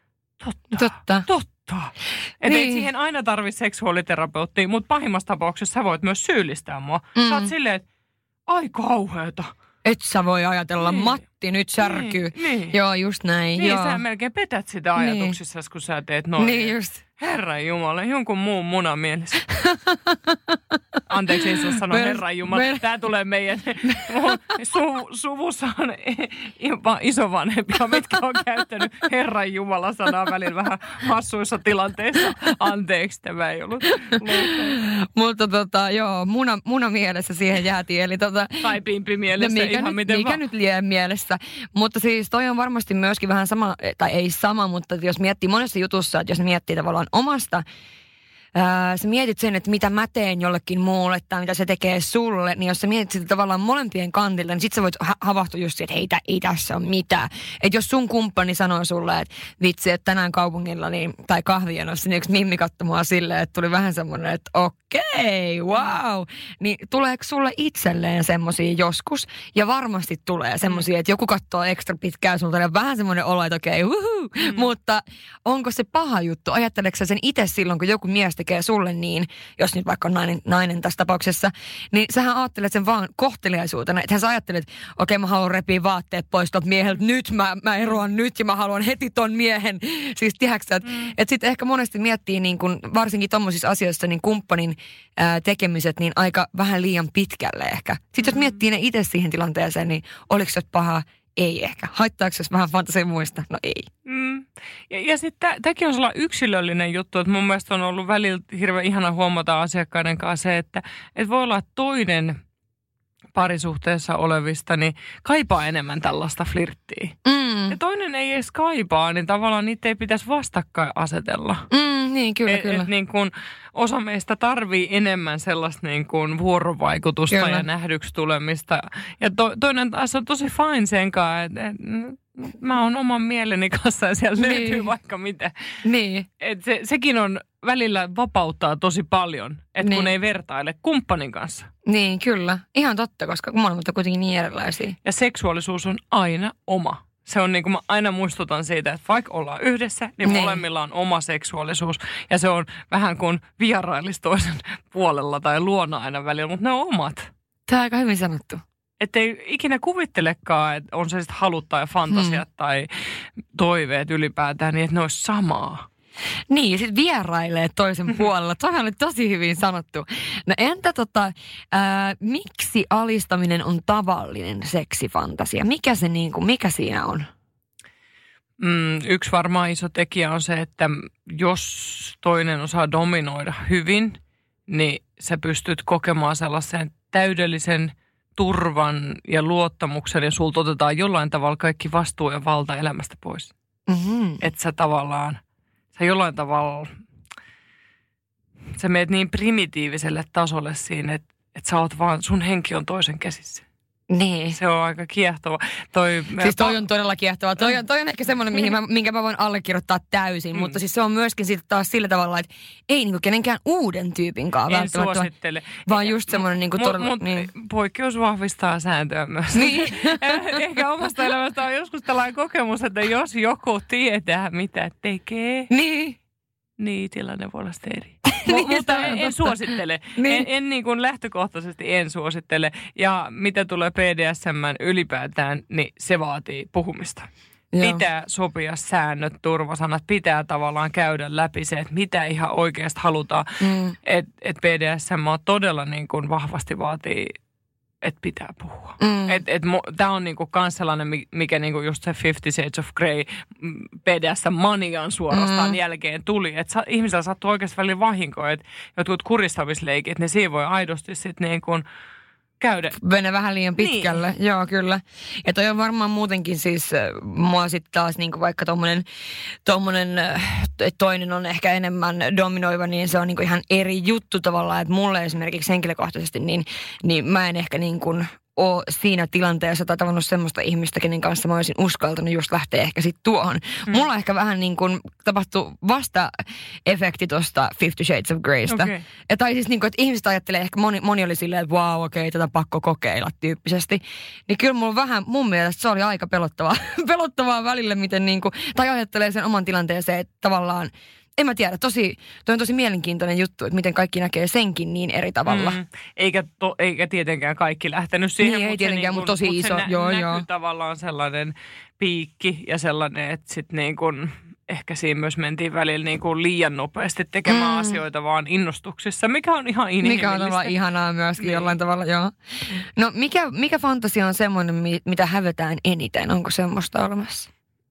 totta. Että ei siihen aina tarvitse seksuaaliterapeuttia, mutta pahimmassa tapauksessa sä voit myös syyllistää mua. Sä oot silleen, että ai kauheeta. Et sä voi ajatella, Matti nyt särkyy. Niin. Joo, just näin. Niin, joo. sä melkein petät sitä ajatuksissa, kun sä teet noin. Niin just. Herran Jumala, jonkun muun munan mielessä. Anteeksi, ei saa sanoa Herran Jumala. Tää tulee meidän suvussa on jopa isovanhempia, mitkä on käyttänyt Herran Jumala sanaa välillä vähän hassuissa tilanteissa. Anteeksi, tämä ei ollut Mutta joo, muna mielessä siihen jäätiin. Eli tai pimpi mielessä, ihan miten mikä nyt lie mielessä. Mutta siis toi on varmasti myöskin vähän sama, tai ei sama, mutta jos miettii monessa jutussa, että jos miettii tavallaan omasta, sä mietit sen, että mitä mä teen jollekin muulle tai mitä se tekee sulle, niin jos sä mietit sitä tavallaan molempien kantilta, niin sit sä voit havahtua just siihen, että ei tässä ole mitään. Että jos sun kumppani sanoo sulle, että vitsi, että tänään kaupungilla tai kahvijonossa, niin yksi mimmi katsoi mua silleen, että tuli vähän semmoinen, että okei, wow. Niin tuleeko sulle itselleen semmosia joskus? Ja varmasti tulee semmosia, että joku katsoo ekstra pitkään sulta ja vähän semmoinen olo, että okei, Mutta onko se paha juttu? Ajatteleeko sä sen itse silloin, kun joku mies tekee sulle niin, jos nyt vaikka on nainen tässä tapauksessa, niin sähän ajattelet sen vaan kohteliaisuutena. Ethän sä ajattelet, että okei, mä haluan repiä vaatteet pois tuolta mieheltä, nyt mä eroan nyt ja mä haluan heti ton miehen. Siis tiedätkö, että sitten ehkä monesti miettii niin kun, varsinkin tommosissa asioissa niin kumppanin tekemiset niin aika vähän liian pitkälle ehkä. Sitten jos miettii ne itse siihen tilanteeseen, niin oliko se paha? Ei ehkä. Haittaako se vähän fantasia muista? No ei. Ja sitten tämäkin on sellainen yksilöllinen juttu, että mun mielestä on ollut välillä hirveän ihana huomata asiakkaiden kanssa se, että voi olla toinen parisuhteessa olevista, niin kaipaa enemmän tällaista flirttiä. Ja toinen ei edes kaipaa, niin tavallaan niitä ei pitäisi vastakkain asetella. Niin, kyllä, kyllä. Et niin kuin osa meistä tarvii enemmän sellaista niin kuin vuorovaikutusta kyllä. ja nähdyksi tulemista. Ja toinen taas on tosi fine sen kanssa, että mä oon oman mieleni kanssa ja siellä löytyy vaikka mitä. Niin. Sekin on välillä vapauttaa tosi paljon, että kun ei vertaile kumppanin kanssa. Niin, kyllä. Ihan totta, koska molemmat on kuitenkin niin erilaisia. Ja seksuaalisuus on aina oma. Se on niin kuin mä aina muistutan siitä, että vaikka ollaan yhdessä, niin molemmilla on oma seksuaalisuus. Ja se on vähän kuin vierailisi toisen puolella tai luona aina välillä, mutta ne on omat. Tämä on aika hyvin sanottu. Että ei ikinä kuvittelekaan, että on se sitten halut tai fantasiat tai toiveet ylipäätään, niin että ne olisi samaa. Niin, ja sitten vierailee toisen puolella. Tuohan oli tosi hyvin sanottu. No entä miksi alistaminen on tavallinen seksifantasia? Mikä siinä on? Yksi varmaan iso tekijä on se, että jos toinen osaa dominoida hyvin, niin sä pystyt kokemaan sellaisen täydellisen turvan ja luottamuksen ja sulta otetaan jollain tavalla kaikki vastuu ja valta elämästä pois. Mm-hmm. Että sä jollain tavalla, sä meet niin primitiiviselle tasolle siinä, että sä oot vaan, sun henki on toisen käsissä. Niin. Se on aika kiehtova. Toi on todella kiehtova. Toi on ehkä semmoinen, minkä mä voin allekirjoittaa täysin, mutta siis se on myöskin sitten taas sillä tavalla, että ei niinku kenenkään uuden tyypinkaan välttämättä. En suosittele. Vaan just semmoinen niinku todella. Niin. Poikkeus vahvistaa sääntöä myös. Niin. Ehkä omasta elämästä on joskus tällainen kokemus, että jos joku tietää mitä tekee, niin tilanne voi olla eri. Mutta en suosittele. Niin. En niin kuin lähtökohtaisesti en suosittele. Ja mitä tulee BDSM:n ylipäätään, niin se vaatii puhumista. Joo. Pitää sopia säännöt, turvasanat, pitää tavallaan käydä läpi se, että mitä ihan oikeasti halutaan. Että BDSM on todella niin kuin vahvasti vaatii, että pitää puhua. Tämä on niinku kans sellainen, mikä niinku just se 50 Shades of Grey BDSM-manian suorastaan jälkeen tuli. Että ihmisellä sattuu oikeasti välillä vahinkoa, että jotkut kuristamisleikit, ne siinä voi aidosti sitten niin kuin käydä. Mennä vähän liian pitkälle, niin. Joo kyllä. Ja toi on varmaan muutenkin siis, mua sitten taas niinku vaikka tommonen, toinen on ehkä enemmän dominoiva, niin se on niinku ihan eri juttu tavallaan. Että mulle esimerkiksi henkilökohtaisesti, niin mä en ehkä niin kuin ole siinä tilanteessa tai tavannut semmoista ihmistä, kenen kanssa mä olisin uskaltanut just lähteä ehkä sitten tuohon. Mulla ehkä vähän niin kuin tapahtui vasta-efekti tuosta 50 Shades of Greystä. Okay. Tai siis niin kuin, että ihmiset ajattelee, ehkä moni oli silleen, että vau, okei, tätä pakko kokeilla tyyppisesti. Niin kyllä mulla vähän, mun mielestä se oli aika pelottavaa välillä, miten niin kuin, tai ajattelee sen oman tilanteeseen, että tavallaan, en mä tiedä, toi on tosi mielenkiintoinen juttu, että miten kaikki näkee senkin niin eri tavalla. Eikä tietenkään kaikki lähtenyt siihen. Niin, ei tietenkään, mutta tosi iso. Näkyy tavallaan sellainen piikki ja sellainen, että sitten niin kuin ehkä siinä myös mentiin välillä niin kuin liian nopeasti tekemään asioita vaan innostuksissa, mikä on ihan inhimillistä. Mikä on tavallaan ihanaa myöskin jollain tavalla, joo. No mikä fantasia on semmoinen, mitä hävetään eniten? Onko semmoista olemassa?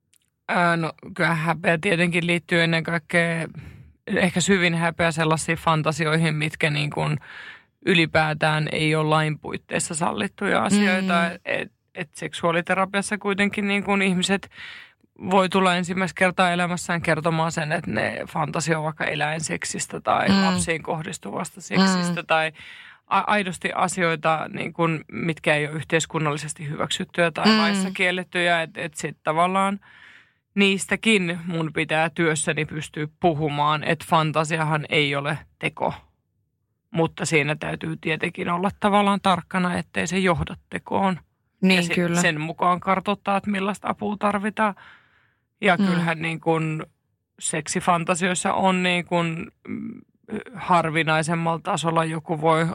No kyllä häpeä tietenkin liittyy ennen kaikkea, ehkä syvin häpeä sellaisiin fantasioihin, mitkä niin kuin ylipäätään ei ole lain puitteissa sallittuja asioita. Et seksuaaliterapiassa kuitenkin niin kuin ihmiset voi tulla ensimmäistä kertaa elämässään kertomaan sen, että ne fantasia vaikka eläinseksistä tai lapsiin kohdistuvasta seksistä tai aidosti asioita, niin kuin, mitkä ei ole yhteiskunnallisesti hyväksyttyjä tai laissa kiellettyjä, että sitten tavallaan niistäkin mun pitää työssäni pystyä puhumaan, että fantasiahan ei ole teko. Mutta siinä täytyy tietenkin olla tavallaan tarkkana, ettei se johda tekoon. Niin, ja kyllä. Sen mukaan kartoittaa, että millaista apua tarvitaan. Ja kyllähän niin kuin seksifantasioissa on niin kuin harvinaisemmalla tasolla joku voi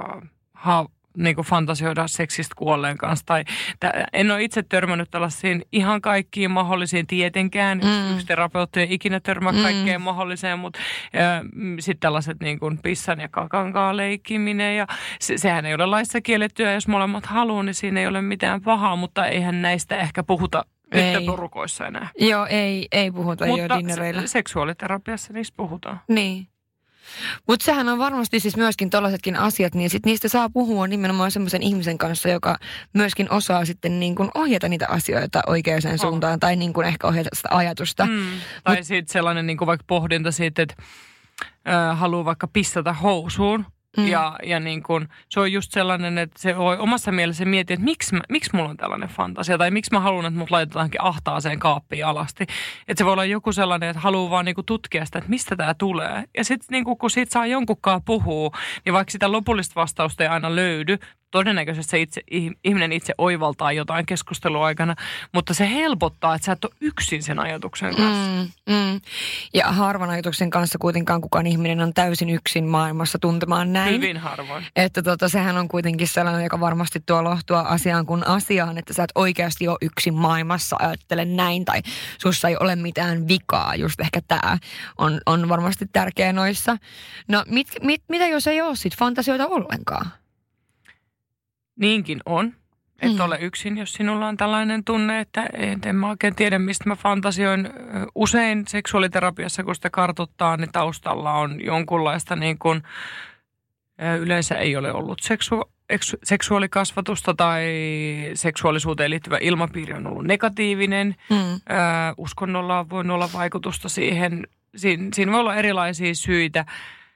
niin kuin fantasioida seksistä kuolleen kanssa. En ole itse törmännyt tällaisiin ihan kaikkiin mahdollisiin tietenkään. Yksi terapeutti ei ikinä törmää kaikkeen mahdolliseen, mutta sitten tällaiset niin kuin pissan ja kakankaan leikkiminen. Ja sehän ei ole laissa kiellettyä, jos molemmat haluaa, niin siinä ei ole mitään pahaa, mutta eihän näistä ehkä puhuta yhtä porukoissa enää. Joo, ei puhuta, ei ole dinnereillä. Mutta seksuaaliterapiassa niistä puhutaan. Niin. Mutta sehän on varmasti siis myöskin tollaisetkin asiat, niin sit niistä saa puhua nimenomaan semmoisen ihmisen kanssa, joka myöskin osaa sitten niin kuin ohjata niitä asioita oikeaan suuntaan tai niin kuin ehkä ohjata sitä ajatusta. Tai sitten sellainen niin kuin vaikka pohdinta siitä, että haluaa vaikka pissata housuun. Ja niin kun, se on just sellainen, että se voi omassa mielessä miettiä, että miksi mulla on tällainen fantasia, tai miksi mä haluan, että mut laitetaankin ahtaaseen kaappiin alasti. Että se voi olla joku sellainen, että haluaa vaan niin kun tutkia sitä, että mistä tämä tulee. Ja sitten niin kun siitä saa jonkunkaan puhua, niin vaikka sitä lopullista vastausta ei aina löydy, todennäköisesti se ihminen itse oivaltaa jotain keskustelua aikana, mutta se helpottaa, että sä et ole yksin sen ajatuksen kanssa. Ja harvan ajatuksen kanssa kuitenkaan kukaan ihminen on täysin yksin maailmassa tuntemaan näin. Hyvin harvoin. Että sehän on kuitenkin sellainen, joka varmasti tuo lohtua asiaan kuin asiaan, että sä et oikeasti ole yksin maailmassa, ajattele näin, tai sussa ei ole mitään vikaa, just ehkä tämä on varmasti tärkeä noissa. No mitä jos ei ole sit fantasioita ollenkaan? Niinkin on. Et ole yksin, jos sinulla on tällainen tunne, että en mä oikein tiedä, mistä mä fantasioin. Usein seksuaaliterapiassa, kun sitä kartoittaa, niin taustalla on jonkunlaista niin kuin, yleensä ei ole ollut seksuaalikasvatusta tai seksuaalisuuteen liittyvä ilmapiiri on ollut negatiivinen. Uskonnolla on voinut olla vaikutusta siihen. Siinä voi olla erilaisia syitä.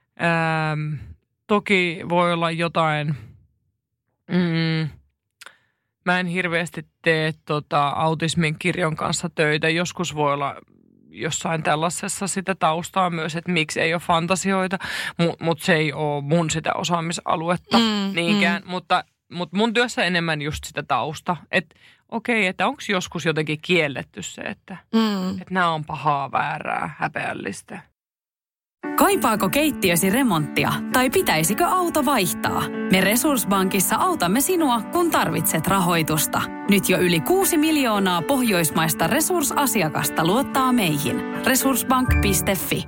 Toki voi olla jotain... Mä en hirveästi tee autismin kirjon kanssa töitä. Joskus voi olla jossain tällaisessa sitä taustaa myös, että miksi ei ole fantasioita, mutta se ei ole mun sitä osaamisaluetta niinkään. Mutta mun työssä enemmän just sitä tausta, että okei, että onko joskus jotenkin kielletty se, että nämä on pahaa, väärää, häpeällistä. Kaipaako keittiösi remonttia tai pitäisikö auto vaihtaa? Me Resurssbankissa autamme sinua, kun tarvitset rahoitusta. Nyt jo yli 6 miljoonaa pohjoismaista resursasiakasta luottaa meihin. Resurssbank.fi.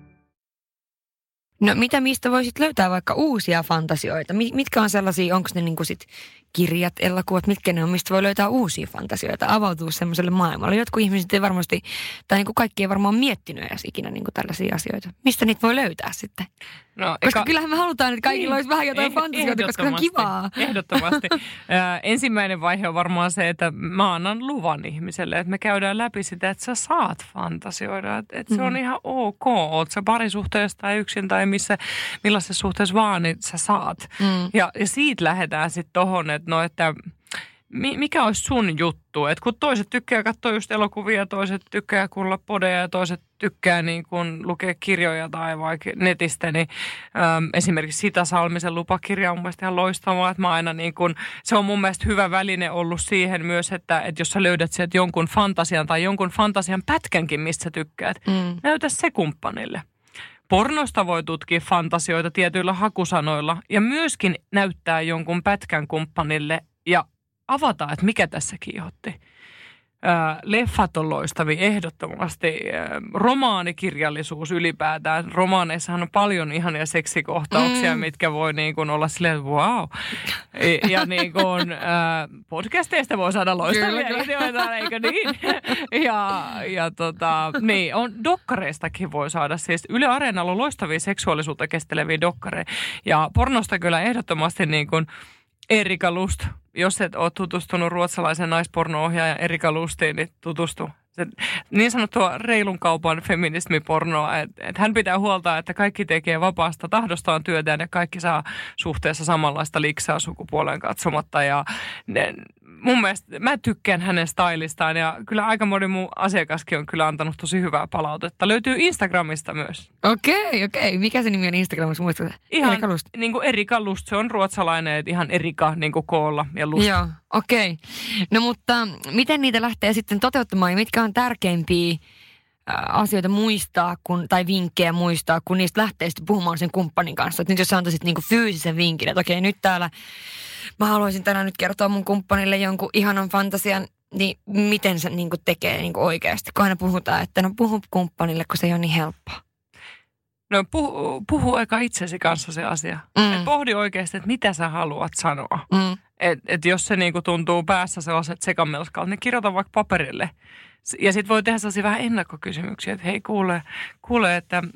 No mistä voisit löytää vaikka uusia fantasioita? Mitkä on sellaisia, onko ne niinku sit kirjat, elokuvat, mitkä ne on, mistä voi löytää uusia fantasioita, avautua semmoiselle maailmalle? Jotkut ihmiset ei varmasti, tai niinku kaikki ei varmaan miettinyt edes ikinä niinku tällaisia asioita. Mistä niitä voi löytää sitten? No, koska kyllähän me halutaan, että kaikilla olisi vähän jotain fantasioita, koska se on kivaa. Ehdottomasti. Ensimmäinen vaihe on varmaan se, että mä annan luvan ihmiselle, että me käydään läpi sitä, että sä saat fantasioida. Että se on ihan ok. Oot sä parisuhteessa tai yksin tai millaisessa suhteessa vaan, niin sä saat. Ja siitä lähdetään sitten tohon, että mikä olisi sun juttu? Että kun toiset tykkää katsoa just elokuvia, toiset tykkää kuulla podeja ja toiset tykkää niin kun lukea kirjoja tai vaikka netistä, niin esimerkiksi Sita Salmisen Lupakirja on mun mielestä ihan loistavaa, että mä aina niin kun, se on mun mielestä hyvä väline ollut siihen myös, että jos sä löydät sieltä jonkun fantasian tai jonkun fantasian pätkänkin, mistä sä tykkäät, näytä se kumppanille. Pornosta voi tutkia fantasioita tietyillä hakusanoilla ja myöskin näyttää jonkun pätkän kumppanille ja avata, että mikä tässä kiihotti. Leffat on loistavia ehdottomasti. Romaanikirjallisuus ylipäätään. Romaaneissahan on paljon ihania seksikohtauksia, mitkä voi niin kuin olla silleen, wow. Ja niin kuin podcasteista voi saada loistavia ideoita, eikö niin? Niin, dokkareistakin voi saada. Siis Yle Areenalla on loistavia seksuaalisuutta käsitteleviä dokkareja. Ja pornosta kyllä ehdottomasti niin kuin Erika Lust. Jos et ole tutustunut ruotsalaisen naisporno-ohjaajan Erika Lustiin, niin tutustu. Se niin sanottua reilun kaupan feminismipornoa, että hän pitää huolta, että kaikki tekee vapaasta tahdostaan työtään ja kaikki saa suhteessa samanlaista liksaa sukupuoleen katsomatta. Ja mun mielestä mä tykkään hänen stylistaan ja kyllä aika moni mun asiakaskin on kyllä antanut tosi hyvää palautetta. Löytyy Instagramista myös. Okei. Mikä se nimi on Instagramissa? Muistatko? Ihan Erika Lust. Niin kuin Erika Lust. Se on ruotsalainen, että ihan Erika niin kuin koolla ja Lust. Joo, okei. No mutta miten niitä lähtee sitten toteuttamaan ja mitkä on tärkeimpiä asioita muistaa tai vinkkejä muistaa, kun niistä lähtee sitten puhumaan sen kumppanin kanssa. Et nyt jos sä antaisit niinku fyysisen vinkin, että okei, nyt täällä mä haluaisin tänään nyt kertoa mun kumppanille jonkun ihanan fantasian, niin miten se niinku tekee niinku oikeasti? Kun aina puhutaan, että no puhu kumppanille, kun se ei ole niin helppoa. No puhu eka itsesi kanssa se asia. Et pohdi oikeasti, että mitä sä haluat sanoa. Et jos se niinku tuntuu päässä sellaiset sekamelskalta, niin kirjoita vaikka paperille. Ja sitten voi tehdä sellaisia vähän ennakkokysymyksiä, että hei kuule, että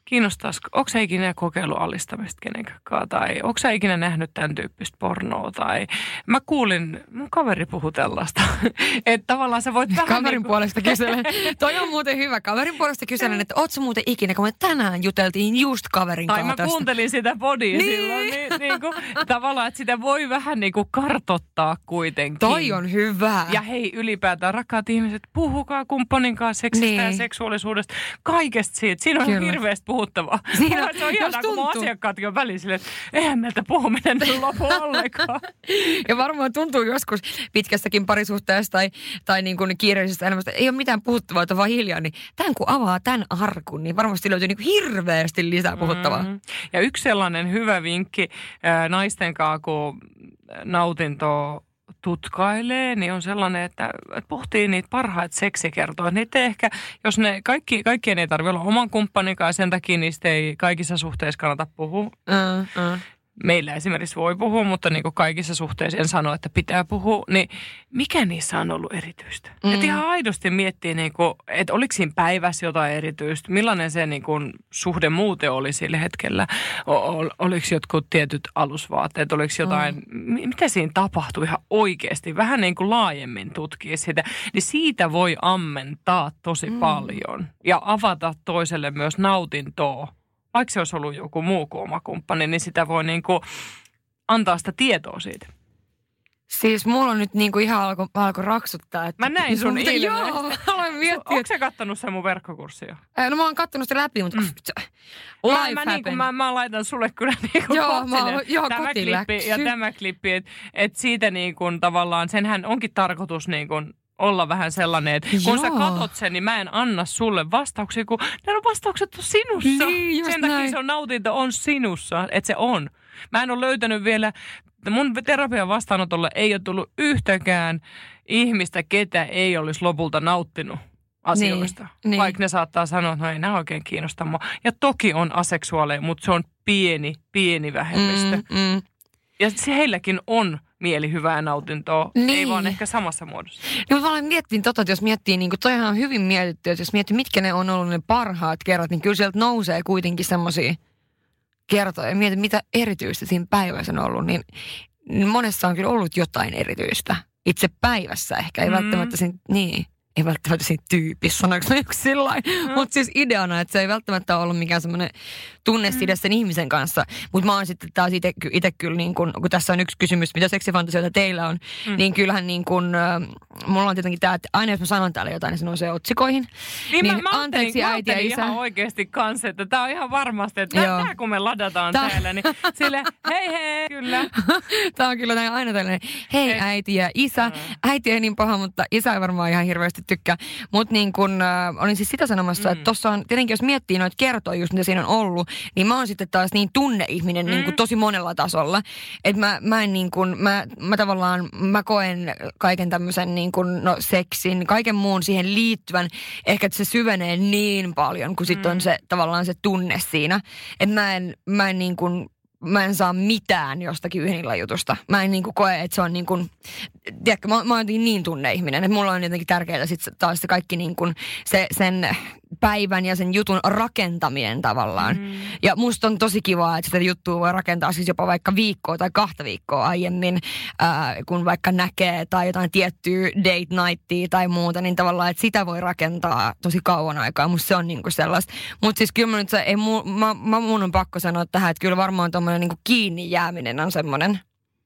onko sä ikinä kokeillut alistamista kenenkään, tai onko sä ikinä nähnyt tämän tyyppistä pornoa, tai mä kuulin, mun kaveri puhui tällaista, että tavallaan sä voit vähän Kaverin puolesta kyselen. Toi on muuten hyvä. Kaverin puolesta kyselen, että ootko muuten ikinä, kun me tänään juteltiin just kaverin kanssa tästä. Tai mä kuuntelin sitä podia silloin, niin kuin, tavallaan, että sitä voi vähän niin kuin kartoittaa kuitenkin. Toi on hyvä. Ja hei, ylipäätään rakkaat ihmiset, puhukaa kumppanin kanssa seksistä ja seksuaalisuudesta, kaikesta siitä. Siinä on hirveästi puhuttavaa. Se on ihanaa, kun mun asiakkaatkin on väliin silleen, että eihän meiltä puhuminen nyt lopu ollenkaan. Ja varmaan tuntuu joskus pitkässäkin parisuhteessa tai niin kuin kiireellisestä elämästä, ei ole mitään puhuttavaa, että vaan hiljaa, niin tämän kun avaa tämän arkun, niin varmasti löytyy niin kuin hirveästi lisää puhuttavaa. Ja yksi sellainen hyvä vinkki naisten kanssa, kun nautintoa tutkailee, niin on sellainen, että pohtii niitä parhaita seksikertoja. Niitä ehkä, jos ne kaikkien ei tarvitse olla oman kumppaninkaan, sen takia niistä ei kaikissa suhteissa kannata puhua. Meillä esimerkiksi voi puhua, mutta niin kuin kaikissa suhteissa en sano, että pitää puhua. Niin mikä niissä on ollut erityistä? Että ihan aidosti miettii, niin kuin, että oliko siinä päivässä jotain erityistä? Millainen se niin kuin, suhde muuten oli sillä hetkellä? Oliko jotkut tietyt alusvaatteet? Oliko jotain, mitä siinä tapahtui ihan oikeasti? Vähän niin kuin laajemmin tutkia sitä. Niin siitä voi ammentaa tosi paljon ja avata toiselle myös nautintoa. Vaikka se olisi ollut joku muu kuin oma kumppani, niin sitä voi niinku antaa sitä tietoa siitä. Siis mulla on nyt niinku ihan alkoi raksuttaa. Että mä näin sun ilmeisesti. Joo, aloin miettiä. Onko sä kattonut sen mun verkkokurssia? No mä oon kattonut sitä läpi, mutta mä laitan sulle kyllä niinku tämä klippi ja tämä klippi. Että siitä niinku tavallaan, senhän onkin tarkoitus niinku olla vähän sellainen, että kun sä katot sen, niin mä en anna sulle vastauksia, kun nämä vastaukset on sinussa. Niin, sen takia se on nautinto on sinussa, että se on. Mä en ole löytänyt vielä, mun terapian vastaanotolle ei ole tullut yhtäkään ihmistä, ketä ei olisi lopulta nauttinut asioista. Niin. Vaikka ne saattaa sanoa, että no ei nämä oikein kiinnosta mua. Ja toki on aseksuaaleja, mutta se on pieni vähemmistö. Ja se heilläkin on mielihyvää nautintoa, ei vaan ehkä samassa muodossa. No mä miettin että jos miettii, niin kuin toihan on hyvin mietitty, että jos miettii, mitkä ne on ollut ne parhaat kerrat, niin kyllä sieltä nousee kuitenkin semmoisia kertoja. Ja mietin, mitä erityistä siinä päivässä on ollut, niin monessa on kyllä ollut jotain erityistä. Itse päivässä ehkä, ei välttämättä ei välttämättä siinä tyypissä, sanoiko mä yksi sillain. Mutta siis ideana, että se ei välttämättä ollut mikään semmoinen tunneside sen ihmisen kanssa. Mutta mä oon sitten taas itse kyllä, niin kun tässä on yksi kysymys, mitä seksifantasioita teillä on, niin kyllähän niin kun, mulla on tietenkin tämä, että aina jos mä sanon täällä jotain, niin se nousee otsikoihin. Niin mä anteeksi äiti ja isä. Ihan oikeasti kanssa, että tää on ihan varmasti, että tää kun me ladataan täällä, niin sille hei, kyllä. Tää on kyllä aina tällainen, hei äiti ja isä. Äiti ei niin paha, mutta isä ei varmaan ihan hirveästi tykkää. Mutta niin kun olin siis sitä sanomassa, että tossa on, tietenkin jos miettii noita kertoja just mitä siinä on ollut, niin mä oon sitten taas niin tunneihminen niin kuin tosi monella tasolla. Että mä en niin kuin, mä tavallaan, mä koen kaiken tämmöisen niin kuin, seksin, kaiken muun siihen liittyvän, ehkä että se syvenee niin paljon, kun sitten on se tavallaan se tunne siinä. Että mä en niin kuin, mä en saa mitään jostakin yhdellä jutusta. Mä en niinku koe, että se on niinku, tiedätkö, mä oon jotenkin niin tunneihminen, että mulla on jotenkin tärkeää sitten taas se kaikki niinku sen päivän ja sen jutun rakentaminen tavallaan. Ja musta on tosi kivaa, että sitä juttua voi rakentaa siis jopa vaikka viikkoa tai 2 viikkoa aiemmin, kun vaikka näkee tai jotain tiettyä date nightia tai muuta, niin tavallaan, että sitä voi rakentaa tosi kauan aikaa. Musta se on niinku sellaista. Mutta siis kyllä mun on pakko sanoa tähän, että kyllä varmaan tommoinen niinku kiinni jääminen on semmoinen.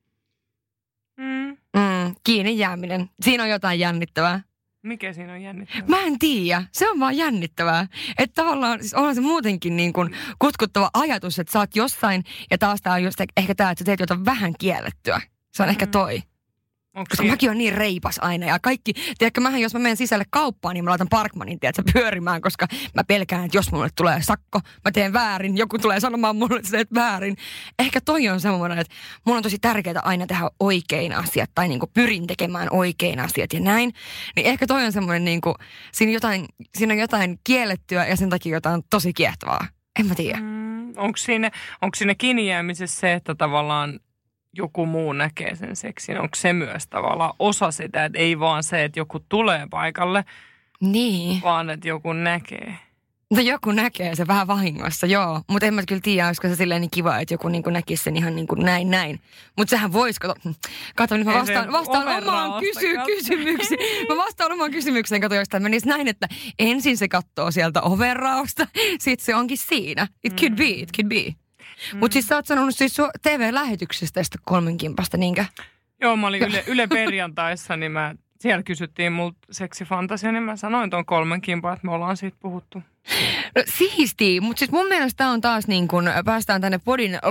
Kiinni jääminen. Siinä on jotain jännittävää. Mikä siinä on jännittävää? Mä en tiedä. Se on vaan jännittävää. Että tavallaan siis onhan se muutenkin niin kuin kutkuttava ajatus, että sä oot jossain, ja taas tää on just ehkä tää, että sä teet jotain vähän kiellettyä. Se on ehkä toi. Koska mäkin on niin reipas aina ja kaikki, tiedätkö, jos mä menen sisälle kauppaan, niin mä laitan Parkmanin, tiedätkö, pyörimään, koska mä pelkään, että jos mulle tulee sakko, mä teen väärin, joku tulee sanomaan mulle, että sä teet väärin. Ehkä toi on semmoinen, että mulla on tosi tärkeää aina tehdä oikein asiat tai niin kuin pyrin tekemään oikein asiat ja näin. Niin ehkä toi on semmoinen, niin kuin, siinä on jotain kiellettyä ja sen takia jotain tosi kiehtovaa. En mä tiedä. Onko siinä kiinni jäämisessä se, että tavallaan joku muu näkee sen seksin? Onko se myös tavallaan osa sitä, että ei vaan se, että joku tulee paikalle, niin, vaan että joku näkee? No joku näkee se vähän vahingossa, joo. Mutta en mä kyllä tiedä, olisiko se silleen niin kiva, että joku niin kuin näkisi sen ihan niin kuin näin. Mutta sehän voisi, kato, nyt mä vastaan omaan kysymykseen. Mä vastaan omaan kysymykseen, kato, jostain menisi näin, että ensin se katsoo sieltä ovenraosta, sit se onkin siinä. It could be. Mutta siis sä oot sanonut siis TV-lähetyksestä tästä 3 kimpasta, niinkö? Joo, mä olin Yle perjantaissa, niin siellä kysyttiin multa seksifantasia, niin mä sanoin ton 3 kimpaa, että me ollaan siitä puhuttu. No siistii, mutta siis mun mielestä on taas niin kuin, päästään tänne podin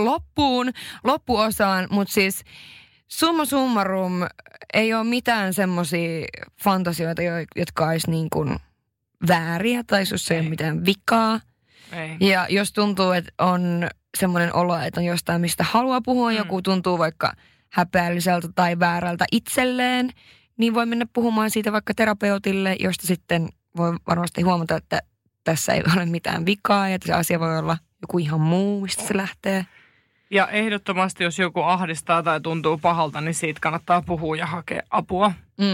loppuosaan, mutta siis summa summarum ei ole mitään semmoisia fantasioita, jotka olisi niin kuin vääriä tai jos ei ole mitään vikaa. Ei. Ja jos tuntuu, että on semmoinen olo, että on jostain, mistä haluaa puhua, joku tuntuu vaikka häpeälliseltä tai väärältä itselleen, niin voi mennä puhumaan siitä vaikka terapeutille, josta sitten voi varmasti huomata, että tässä ei ole mitään vikaa ja että se asia voi olla joku ihan muu, mistä se lähtee. Ja ehdottomasti, jos joku ahdistaa tai tuntuu pahalta, niin siitä kannattaa puhua ja hakea apua.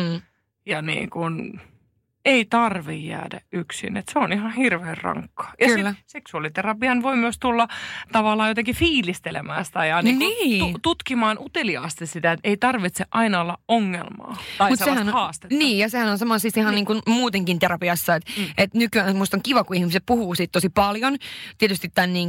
Ja niin kuin ei tarvitse jäädä yksin, että se on ihan hirveän rankkaa. Ja kyllä. Seksuaaliterapian voi myös tulla tavallaan jotenkin fiilistelemään sitä ja niin. Tutkimaan uteliaasti sitä, että ei tarvitse aina olla ongelmaa tai sellaista haastetta. Niin, ja sehän on sama siis ihan niin kuin muutenkin terapiassa, että nykyään musta on kiva, kun ihmiset puhuu siitä tosi paljon. Tietysti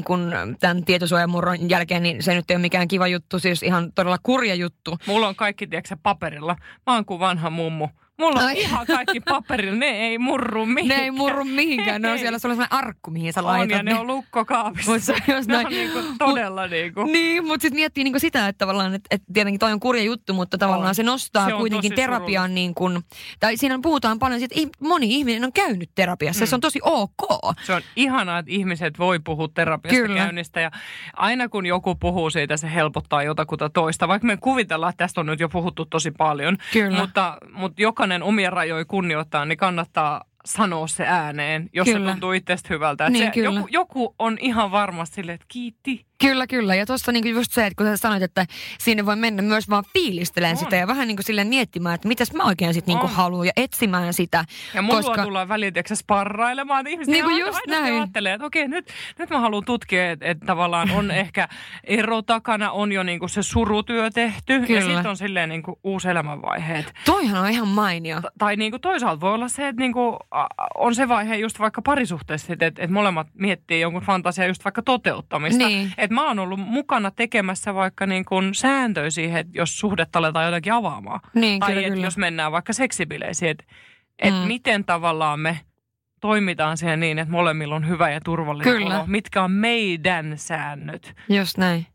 tämän tietosuojamurron jälkeen, niin se nyt ei ole mikään kiva juttu, siis ihan todella kurja juttu. Mulla on kaikki, tiedätkö, paperilla. Mä oon kuin vanha mummu. Mulla on ihan kaikki paperilla, ne ei murru mihinkään. Ne ei murru mihinkään, ne on siellä sellainen arkku, mihin sä laitat. On, ja ne on lukkokaapissa. Ne on niinku todella niinku. Niin, mutta sitten miettii niinku sitä, että tavallaan, että tietenkin toi on kurja juttu, mutta tavallaan se nostaa kuitenkin terapian niin kuin, tai siinä puhutaan paljon siitä, että moni ihminen on käynyt terapiassa, se on tosi ok. Se on ihanaa, että ihmiset voi puhua terapiasta käynnistä, ja aina kun joku puhuu siitä, se helpottaa jotakuta toista, vaikka me kuvitellaan, että tästä on nyt jo puhuttu tosi paljon, mutta jokainen omia rajoja kunnioittaa, niin kannattaa sanoa se ääneen, jos se tuntuu itsestä hyvältä. Niin, joku on ihan varmasti silleen, että kiitti. Kyllä. Ja tuossa niinku just se, että kun sä sanoit, että sinne voi mennä myös vaan fiilistelemään sitä ja vähän niinku silleen miettimään, että mitäs mä oikein sitten niinku haluan ja etsimään sitä. Ja mulla tullaan välillä sparrailemaan, että ihmiset niinku aina ajattelee, että okei, nyt mä haluan tutkia, että tavallaan on ehkä ero takana, on jo niinku se surutyö tehty ja sitten on silleen niinku uusi elämänvaihe. Toihan on ihan mainio. Tai niinku toisaalta voi olla se, että niinku on se vaihe just vaikka parisuhteessa, että molemmat miettii jonkun fantasia just vaikka toteuttamista. Niin. Että mä oon ollut mukana tekemässä vaikka niin kuin sääntöjä siihen, että jos suhdetta aletaan jotenkin avaamaan. Niin, tai että jos mennään vaikka seksibileisiin, että miten tavallaan me toimitaan siihen niin, että molemmilla on hyvä ja turvallinen olo. Mitkä on meidän säännöt. Just näin.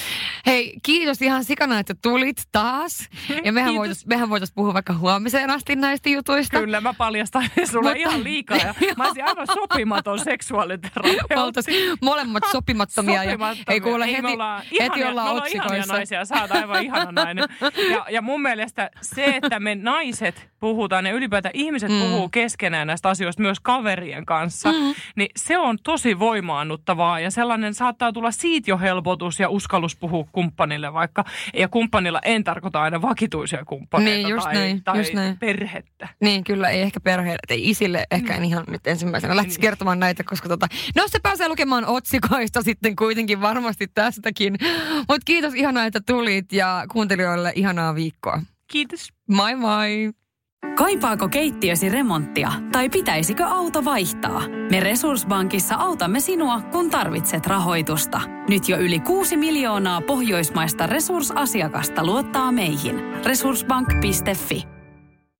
Hei, kiitos ihan sikana, että tulit taas. Ja mehän voitaisiin puhua vaikka huomiseen asti näistä jutuista. Kyllä, mä paljastan sulle ihan liikaa. Ja mä olisin aivan sopimaton seksuaaliterapeutti. Molemmat sopimattomia. Ei kuule, heti ollaan otsikoissa. Ihania naisia, sä oot aivan ihana nainen. Ja mun mielestä se, että me naiset puhutaan ja ylipäätään ihmiset puhuu keskenään näistä asioista myös kaverien kanssa, niin se on tosi voimaannuttavaa. Ja sellainen saattaa tulla siitä jo helpotus ja uskallus puhua kumppanille vaikka. Ja kumppanilla en tarkoita aina vakituisia kumppaneita tai perhettä. Niin, kyllä, ei ehkä perheelle, ei isille ehkä en ihan nyt ensimmäisenä lähtisi kertomaan näitä, koska no se pääsee lukemaan otsikoista sitten kuitenkin varmasti tästäkin. Mutta kiitos ihanaa, että tulit ja kuuntelijoille ihanaa viikkoa. Kiitos. Moi moi. Kaipaako keittiösi remonttia tai pitäisikö auto vaihtaa? Me Resurssbankissa autamme sinua, kun tarvitset rahoitusta. Nyt jo yli 6 miljoonaa pohjoismaista resursasiakasta luottaa meihin. Resurssbank.fi